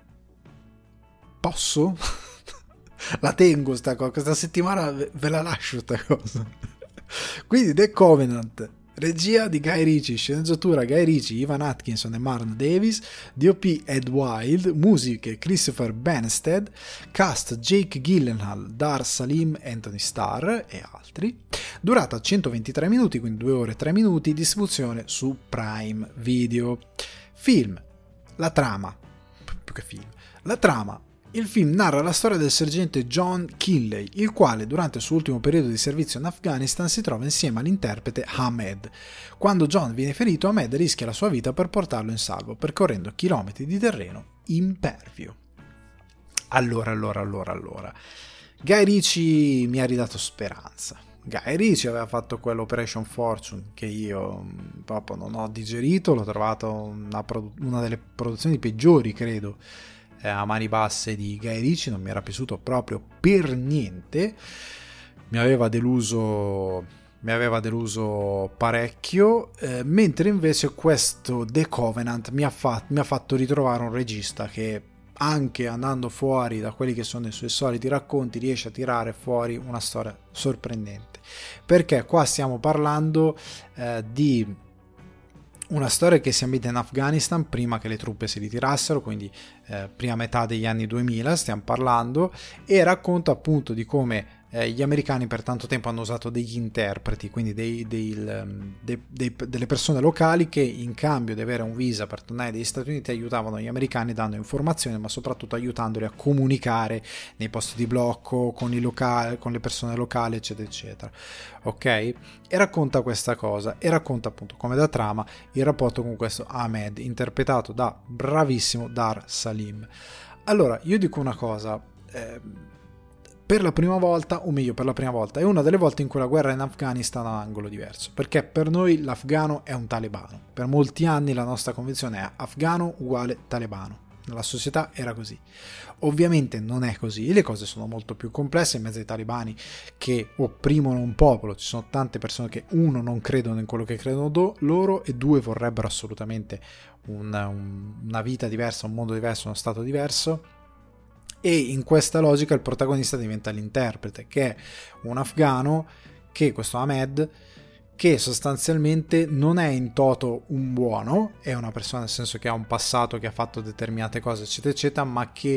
posso? La tengo sta cosa, questa settimana ve la lascio sta cosa. Quindi The Covenant, regia di Guy Ritchie, sceneggiatura Guy Ritchie, Ivan Atkinson e Marn Davies, DOP Ed Wild, musiche Christopher Banstead, cast Jake Gyllenhaal, Dar Salim, Anthony Starr e altri, durata 123 minuti, quindi 2 ore e 3 minuti, distribuzione su Prime Video. Film, la trama, più che film, la trama. Il film narra la storia del sergente John Kinley, il quale durante il suo ultimo periodo di servizio in Afghanistan si trova insieme all'interprete Ahmed. Quando John viene ferito, Ahmed rischia la sua vita per portarlo in salvo, percorrendo chilometri di terreno impervio. Allora. Guy Ritchie mi ha ridato speranza. Guy Ritchie aveva fatto quell'Operation Fortune che io proprio non ho digerito, l'ho trovato una delle produzioni peggiori, credo, a mani basse di Guy Ritchie, non mi era piaciuto proprio per niente, mi aveva deluso parecchio, mentre invece questo The Covenant mi ha fatto ritrovare un regista che, anche andando fuori da quelli che sono i suoi soliti racconti, riesce a tirare fuori una storia sorprendente, perché qua stiamo parlando di una storia che si ambienta in Afghanistan prima che le truppe si ritirassero, quindi prima metà degli anni 2000 stiamo parlando, e racconta appunto di come gli americani per tanto tempo hanno usato degli interpreti, quindi delle persone locali che in cambio di avere un visa per tornare negli Stati Uniti aiutavano gli americani dando informazioni, ma soprattutto aiutandoli a comunicare nei posti di blocco con le persone locali, eccetera eccetera. Ok? E racconta questa cosa, e racconta appunto come da trama il rapporto con questo Ahmed, interpretato da bravissimo Dar Salim. Allora, io dico una cosa, per la prima volta è una delle volte in cui la guerra in Afghanistan ha un angolo diverso, perché per noi l'afgano è un talebano. Per molti anni la nostra convinzione è afgano uguale talebano, nella società era così. Ovviamente non è così, le cose sono molto più complesse in mezzo ai talebani che opprimono un popolo. Ci sono tante persone che, uno, non credono in quello che credono loro, e due, vorrebbero assolutamente una vita diversa, un mondo diverso, uno stato diverso. E in questa logica il protagonista diventa l'interprete, che è un afgano, che questo Ahmed, che sostanzialmente non è in toto un buono, è una persona nel senso che ha un passato, che ha fatto determinate cose eccetera eccetera, ma che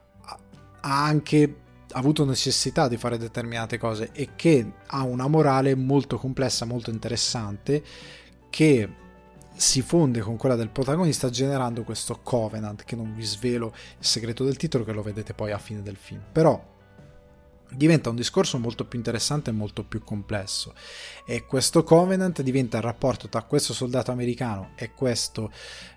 ha anche avuto necessità di fare determinate cose, e che ha una morale molto complessa, molto interessante, che si fonde con quella del protagonista, generando questo Covenant, che non vi svelo il segreto del titolo, che lo vedete poi a fine del film, però diventa un discorso molto più interessante e molto più complesso. E questo Covenant diventa il rapporto tra questo soldato americano e questo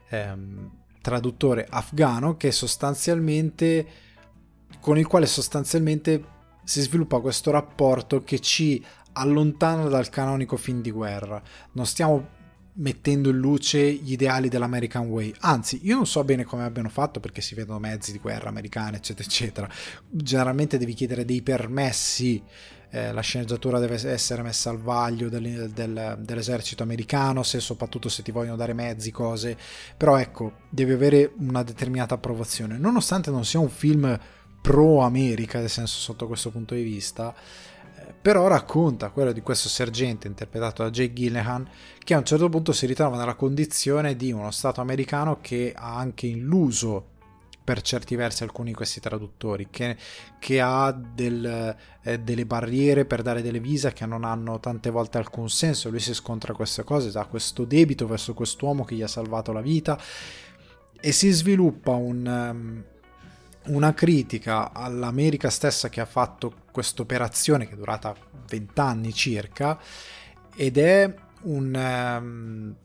traduttore afgano, che sostanzialmente, con il quale sostanzialmente si sviluppa questo rapporto che ci allontana dal canonico film di guerra. Non stiamo mettendo in luce gli ideali dell'American Way, anzi io non so bene come abbiano fatto, perché si vedono mezzi di guerra americani eccetera eccetera, generalmente devi chiedere dei permessi, la sceneggiatura deve essere messa al vaglio dell'esercito americano, soprattutto se ti vogliono dare mezzi, cose, però ecco, devi avere una determinata approvazione, nonostante non sia un film pro America, nel senso, sotto questo punto di vista. Però racconta quello di questo sergente interpretato da Jake Gyllenhaal, che a un certo punto si ritrova nella condizione di uno stato americano che ha anche illuso per certi versi alcuni di questi traduttori, che ha delle barriere per dare delle visa che non hanno tante volte alcun senso. Lui si scontra queste cose, ha questo debito verso quest'uomo che gli ha salvato la vita, e si sviluppa una critica all'America stessa, che ha fatto questa operazione che è durata 20 anni circa, ed è un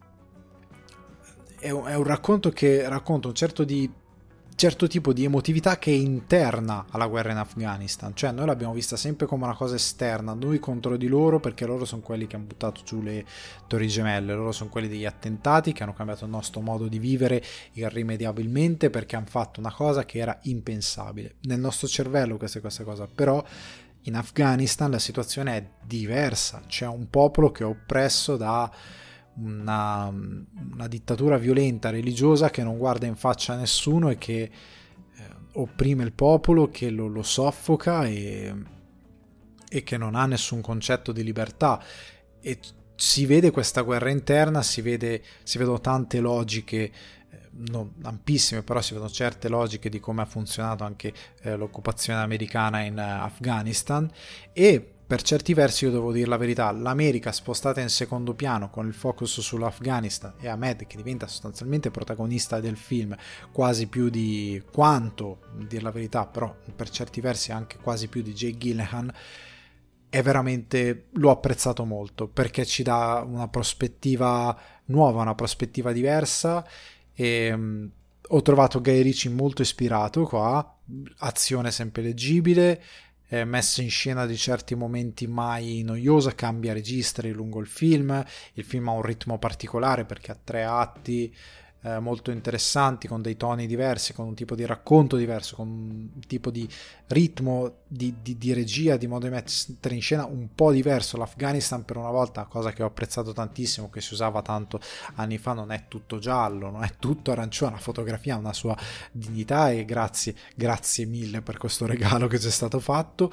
racconto che racconta un certo tipo di emotività che è interna alla guerra in Afghanistan. Cioè noi l'abbiamo vista sempre come una cosa esterna, noi contro di loro, perché loro sono quelli che hanno buttato giù le torri gemelle, loro sono quelli degli attentati che hanno cambiato il nostro modo di vivere irrimediabilmente, perché hanno fatto una cosa che era impensabile nel nostro cervello, questa cosa. Però in Afghanistan la situazione è diversa, c'è un popolo che è oppresso da una dittatura violenta religiosa che non guarda in faccia a nessuno e che opprime il popolo, che lo soffoca e che non ha nessun concetto di libertà. E si vede questa guerra interna, si vedono tante logiche, non ampissime, però si vedono certe logiche di come ha funzionato anche l'occupazione americana in Afghanistan. E per certi versi, io devo dire la verità, l'America spostata in secondo piano con il focus sull'Afghanistan e Ahmed che diventa sostanzialmente protagonista del film quasi più di quanto, dire la verità, però per certi versi anche quasi più di Jake Gyllenhaal, è veramente, l'ho apprezzato molto perché ci dà una prospettiva nuova, una prospettiva diversa. E ho trovato Guy Ritchie molto ispirato qua, azione sempre leggibile, messa in scena di certi momenti mai noiosa, cambia registri lungo il film ha un ritmo particolare perché ha 3 atti molto interessanti, con dei toni diversi, con un tipo di racconto diverso, con un tipo di ritmo di regia, di modo di mettere in scena un po' diverso. L'Afghanistan per una volta, cosa che ho apprezzato tantissimo, che si usava tanto anni fa, non è tutto giallo, non è tutto arancione, la fotografia ha una sua dignità e grazie mille per questo regalo che ci è stato fatto.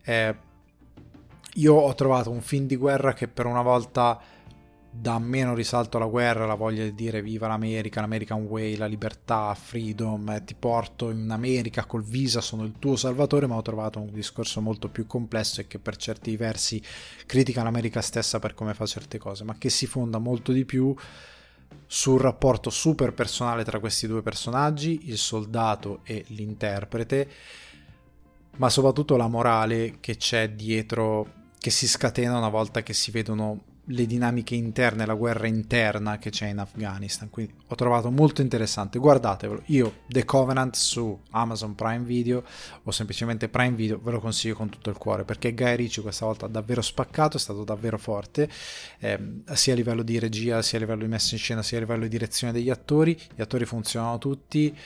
Io ho trovato un film di guerra che per una volta dà meno risalto alla guerra, la voglia di dire viva l'America, l'American Way, la libertà, freedom, ti porto in America col visa, sono il tuo salvatore, ma ho trovato un discorso molto più complesso e che per certi versi critica l'America stessa per come fa certe cose, ma che si fonda molto di più sul rapporto super personale tra questi due personaggi, il soldato e l'interprete, ma soprattutto la morale che c'è dietro, che si scatena una volta che si vedono le dinamiche interne, la guerra interna che c'è in Afghanistan. Quindi ho trovato molto interessante, guardatevelo. Io The Covenant su Amazon Prime Video o semplicemente Prime Video ve lo consiglio con tutto il cuore, perché Guy Ritchie questa volta ha davvero spaccato, è stato davvero forte, sia a livello di regia, sia a livello di messa in scena, sia a livello di direzione degli attori. Gli attori funzionano tutti,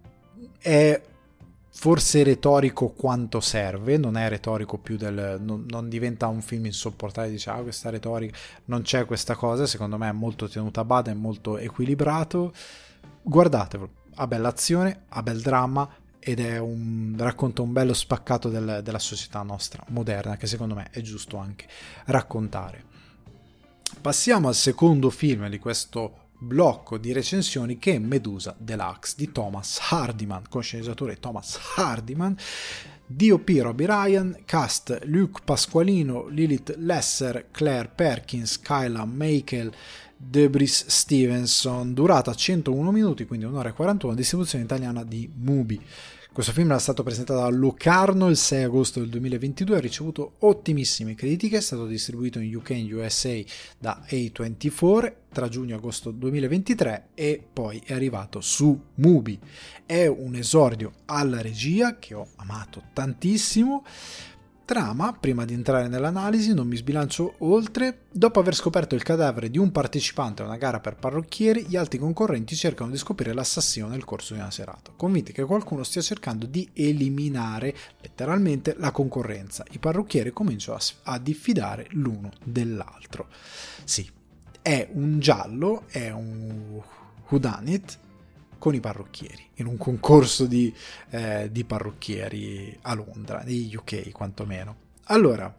è forse retorico quanto serve, non è retorico più non diventa un film insopportabile, dice questa retorica, non c'è questa cosa, secondo me è molto tenuta a bada, è molto equilibrato. Guardatevelo, ha bella azione, ha bel dramma ed è racconta un bello spaccato della società nostra moderna, che secondo me è giusto anche raccontare. Passiamo al secondo film di questo blocco di recensioni, che è Medusa Deluxe di Thomas Hardiman, con sceneggiatore Thomas Hardiman, DOP Robbie Ryan, cast Luke Pasqualino, Lilith Lesser, Claire Perkins, Kyla Michael, Debris Stevenson, durata 101 minuti, quindi 1 ora e 41, distribuzione italiana di Mubi. Questo film era stato presentato a Locarno il 6 agosto del 2022, ha ricevuto ottimissime critiche, è stato distribuito in UK e USA da A24 tra giugno e agosto 2023 e poi è arrivato su Mubi. È un esordio alla regia che ho amato tantissimo. Trama, prima di entrare nell'analisi, non mi sbilancio oltre. Dopo aver scoperto il cadavere di un partecipante a una gara per parrucchieri, gli altri concorrenti cercano di scoprire l'assassino nel corso di una serata, convinti che qualcuno stia cercando di eliminare letteralmente la concorrenza. I parrucchieri cominciano a diffidare l'uno dell'altro. Sì, è un giallo, è un whodunit con i parrucchieri, in un concorso di parrucchieri a Londra, negli UK quantomeno. Allora,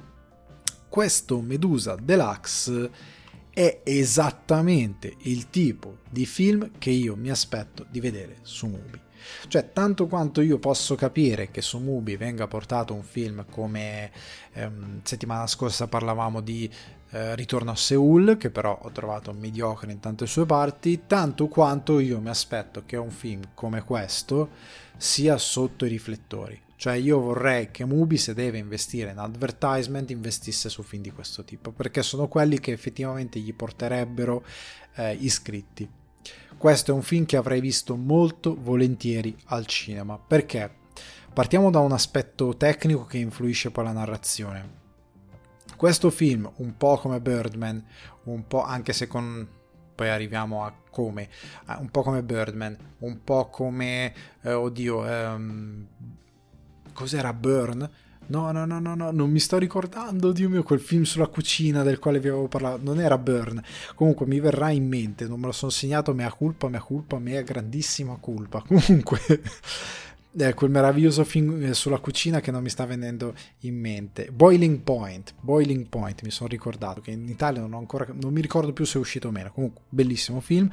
questo Medusa Deluxe è esattamente il tipo di film che io mi aspetto di vedere su Mubi. Cioè, tanto quanto io posso capire che su Mubi venga portato un film come settimana scorsa parlavamo di Ritorno a Seoul, che però ho trovato mediocre in tante sue parti, tanto quanto io mi aspetto che un film come questo sia sotto i riflettori. Cioè io vorrei che Mubi, se deve investire in advertisement, investisse su film di questo tipo, perché sono quelli che effettivamente gli porterebbero iscritti. Questo è un film che avrei visto molto volentieri al cinema, perché partiamo da un aspetto tecnico che influisce poi la narrazione. Questo film, un po' come Birdman, un po' anche se con... poi arriviamo a come, un po' come Birdman, un po' come, cos'era Burn? No, non mi sto ricordando, Dio mio, quel film sulla cucina del quale vi avevo parlato, non era Burn, comunque mi verrà in mente, non me lo sono segnato, mea grandissima colpa, comunque... quel meraviglioso film sulla cucina che non mi sta venendo in mente. Boiling Point, mi sono ricordato che in Italia non mi ricordo più se è uscito o meno, comunque bellissimo film,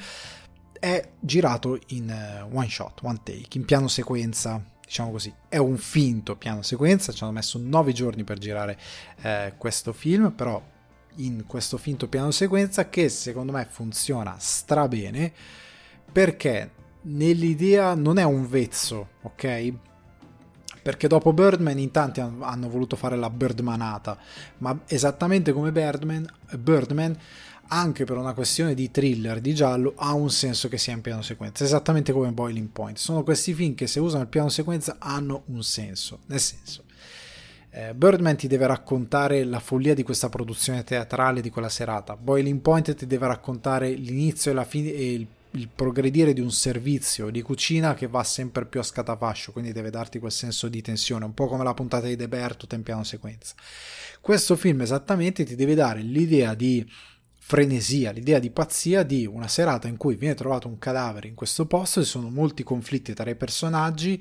è girato in one shot, one take, in piano sequenza, diciamo così, è un finto piano sequenza, ci hanno messo 9 giorni per girare questo film, però in questo finto piano sequenza che secondo me funziona strabene, perché nell'idea non è un vezzo, ok? Perché dopo Birdman in tanti hanno voluto fare la Birdmanata, ma esattamente come Birdman, anche per una questione di thriller, di giallo, ha un senso che sia in piano sequenza, esattamente come Boiling Point. Sono questi film che se usano il piano sequenza hanno un senso, nel senso Birdman ti deve raccontare la follia di questa produzione teatrale di quella serata, Boiling Point ti deve raccontare l'inizio e la fine e il progredire di un servizio di cucina che va sempre più a scatafascio, quindi deve darti quel senso di tensione, un po' come la puntata di The Bear tutta in piano sequenza. Questo film esattamente ti deve dare l'idea di frenesia, l'idea di pazzia di una serata in cui viene trovato un cadavere in questo posto, ci sono molti conflitti tra i personaggi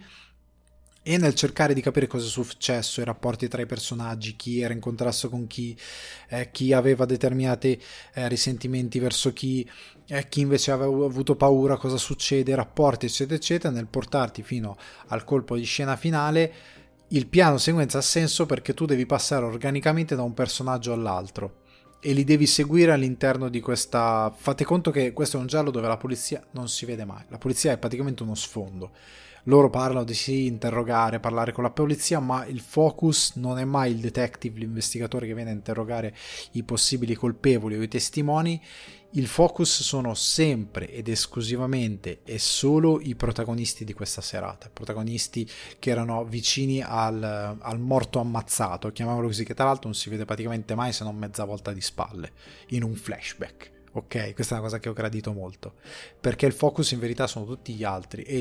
e nel cercare di capire cosa è successo, i rapporti tra i personaggi, chi era in contrasto con chi aveva determinati risentimenti verso chi invece aveva avuto paura, cosa succede, rapporti eccetera eccetera, nel portarti fino al colpo di scena finale. Il piano sequenza ha senso perché tu devi passare organicamente da un personaggio all'altro e li devi seguire all'interno di questa... Fate conto che questo è un giallo dove la polizia non si vede mai, la polizia è praticamente uno sfondo. Loro parlano di sì, interrogare, parlare con la polizia, ma il focus non è mai il detective, l'investigatore che viene a interrogare i possibili colpevoli o i testimoni. Il focus sono sempre ed esclusivamente e solo i protagonisti di questa serata, protagonisti che erano vicini al morto ammazzato, chiamiamolo così, che tra l'altro non si vede praticamente mai se non mezza volta di spalle, in un flashback. Ok, questa è una cosa che ho gradito molto, perché il focus in verità sono tutti gli altri e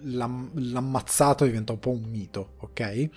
l'ammazzato diventa un po' un mito, ok?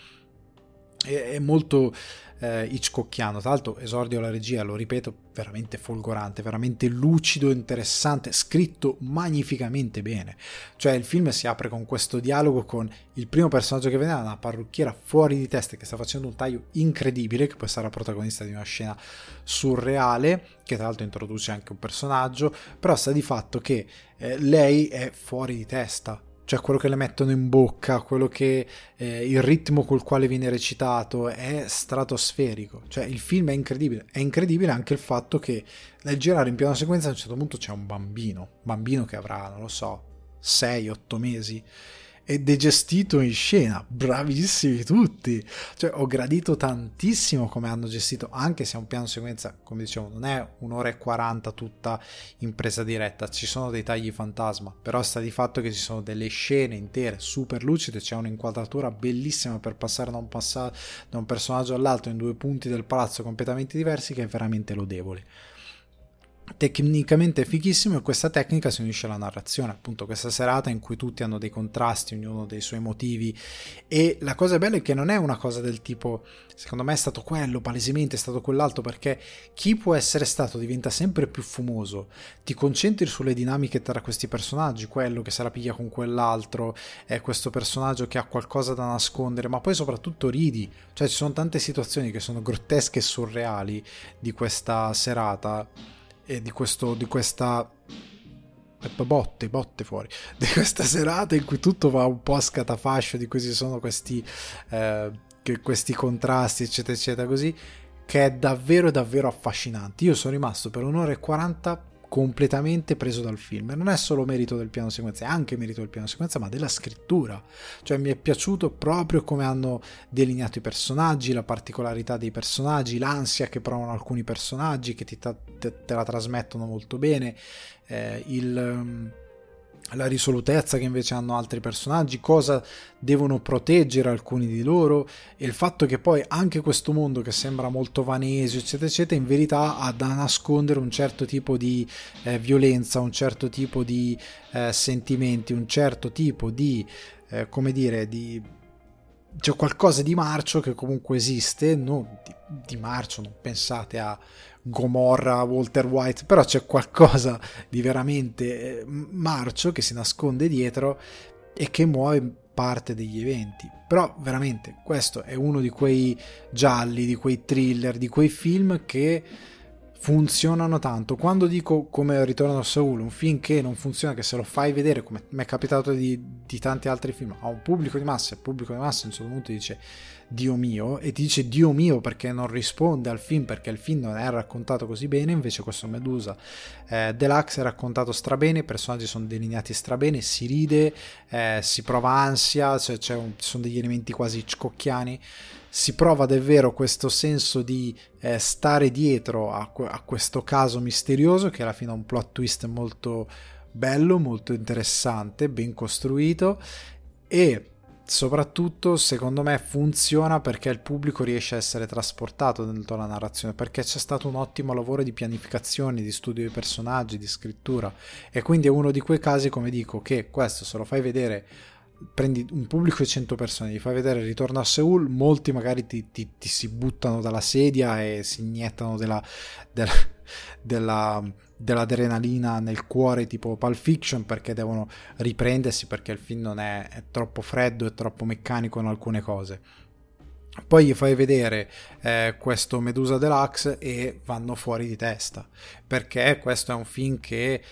È molto Hitchcockiano, tra l'altro esordio la regia, lo ripeto, veramente folgorante, veramente lucido, interessante, scritto magnificamente bene. Cioè il film si apre con questo dialogo con il primo personaggio che viene, una parrucchiera fuori di testa che sta facendo un taglio incredibile, che poi sarà protagonista di una scena surreale, che tra l'altro introduce anche un personaggio, però sta di fatto che lei è fuori di testa. Cioè quello che le mettono in bocca, quello che il ritmo col quale viene recitato è stratosferico. Cioè il film è incredibile anche il fatto che nel girare in piano sequenza a un certo punto c'è un bambino che avrà, non lo so, 6-8 mesi ed è gestito in scena, bravissimi tutti, cioè ho gradito tantissimo come hanno gestito, anche se è un piano sequenza, come dicevo, non è 1 ora e 40 tutta in presa diretta, ci sono dei tagli fantasma, però sta di fatto che ci sono delle scene intere super lucide, c'è un'inquadratura bellissima per passare da un personaggio all'altro in 2 punti del palazzo completamente diversi, che è veramente lodevole. Tecnicamente è fighissimo, e questa tecnica si unisce alla narrazione, appunto questa serata in cui tutti hanno dei contrasti, ognuno dei suoi motivi, e la cosa bella è che non è una cosa del tipo secondo me è stato quello, palesemente è stato quell'altro, perché chi può essere stato diventa sempre più fumoso, ti concentri sulle dinamiche tra questi personaggi, quello che se la piglia con quell'altro, è questo personaggio che ha qualcosa da nascondere, ma poi soprattutto ridi, cioè ci sono tante situazioni che sono grottesche e surreali di questa serata e di questa botte fuori di questa serata in cui tutto va un po' a scatafascio, di cui ci sono questi contrasti eccetera eccetera, così che è davvero davvero affascinante. Io sono rimasto per 1 ora e 40 completamente preso dal film, e non è solo merito del piano sequenza, è anche merito del piano sequenza, ma della scrittura. Cioè mi è piaciuto proprio come hanno delineato i personaggi, la particolarità dei personaggi, l'ansia che provano alcuni personaggi che te la trasmettono molto bene, la risolutezza che invece hanno altri personaggi, cosa devono proteggere alcuni di loro, e il fatto che poi anche questo mondo che sembra molto vanesio eccetera eccetera in verità ha da nascondere un certo tipo di violenza, un certo tipo di sentimenti, un certo tipo di come dire, c'è qualcosa di marcio che comunque esiste, non di marcio, non pensate a Gomorra, Walter White, però c'è qualcosa di veramente marcio che si nasconde dietro e che muove parte degli eventi. Però veramente questo è uno di quei gialli, di quei thriller, di quei film che funzionano tanto. Quando dico come Ritorno a Saul, un film che non funziona, che se lo fai vedere, come mi è capitato di tanti altri film, a un pubblico di massa, il pubblico di massa a un certo punto dice Dio mio, e ti dice Dio mio perché non risponde al film, perché il film non è raccontato così bene. Invece questo Medusa Deluxe è raccontato strabene, i personaggi sono delineati strabene, si ride, si prova ansia, cioè sono degli elementi quasi hitchcockiani, si prova davvero questo senso di stare dietro a questo caso misterioso, che alla fine ha un plot twist molto bello, molto interessante, ben costruito, e soprattutto secondo me funziona perché il pubblico riesce a essere trasportato dentro la narrazione, perché c'è stato un ottimo lavoro di pianificazione, di studio dei personaggi, di scrittura, e quindi è uno di quei casi, come dico, che questo se lo fai vedere, prendi un pubblico di 100 persone, gli fai vedere Ritorno a Seul, molti magari ti si buttano dalla sedia e si iniettano dell'adrenalina nel cuore, tipo Pulp Fiction, perché devono riprendersi, perché il film non è troppo freddo e troppo meccanico in alcune cose. Poi gli fai vedere questo Medusa Deluxe e vanno fuori di testa, perché questo è un film che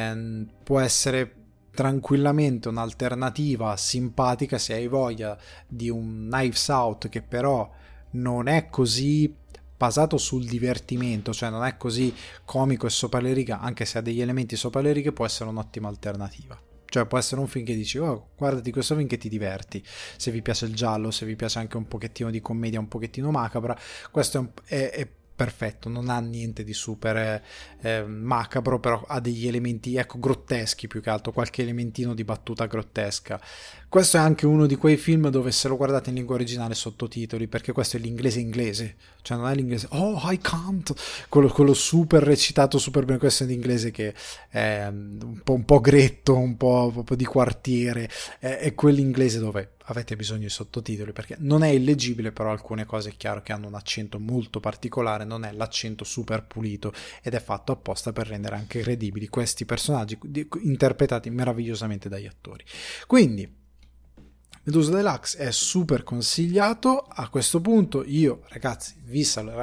può essere tranquillamente un'alternativa simpatica se hai voglia di un Knives Out, che però non è così basato sul divertimento, cioè non è così comico e sopra le righe, anche se ha degli elementi sopra le righe, può essere un'ottima alternativa. Cioè può essere un film che dici, oh, guardati questo film che ti diverti, se vi piace il giallo, se vi piace anche un pochettino di commedia, un pochettino macabra, questo è perfetto, non ha niente di super macabro, però ha degli elementi, ecco, grotteschi, più che altro qualche elementino di battuta grottesca. Questo è anche uno di quei film dove se lo guardate in lingua originale sottotitoli, perché questo è l'inglese inglese, cioè non è l'inglese oh I can't, quello super recitato super bene, questo è l'inglese che è un po' gretto, un po' di quartiere, è quell'inglese dove avete bisogno di sottotitoli, perché non è illeggibile, però alcune cose è chiaro che hanno un accento molto particolare, non è l'accento super pulito, ed è fatto apposta per rendere anche credibili questi personaggi interpretati meravigliosamente dagli attori. Quindi Medusa Deluxe è super consigliato. A questo punto io ragazzi vi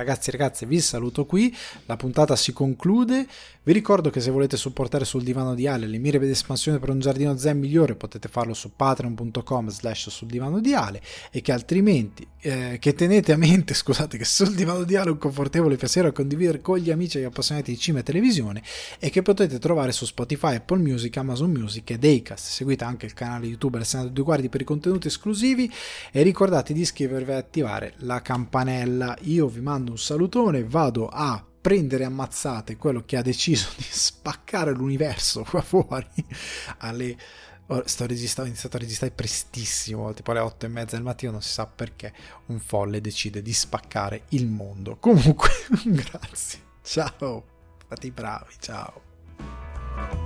saluto qui, la puntata si conclude. Vi ricordo che se volete supportare Sul Divano di Ale le mire ed espansioni per un giardino zen migliore, potete farlo su patreon.com/Sul Divano di Ale, e che altrimenti che tenete a mente, scusate, che Sul Divano di Ale è un confortevole piacere a condividere con gli amici e gli appassionati di cinema e televisione, e che potete trovare su Spotify, Apple Music, Amazon Music ed Acast. Seguite anche il canale YouTube Alessandro Due Guardi per i contenuti esclusivi, e ricordate di iscrivervi e attivare la campanella. Io vi mando un salutone, vado a prendere ammazzate quello che ha deciso di spaccare l'universo qua fuori alle... ho iniziato a registrare prestissimo, tipo alle 8:30 del mattino, non si sa perché un folle decide di spaccare il mondo. Comunque grazie, ciao, fate i bravi, ciao.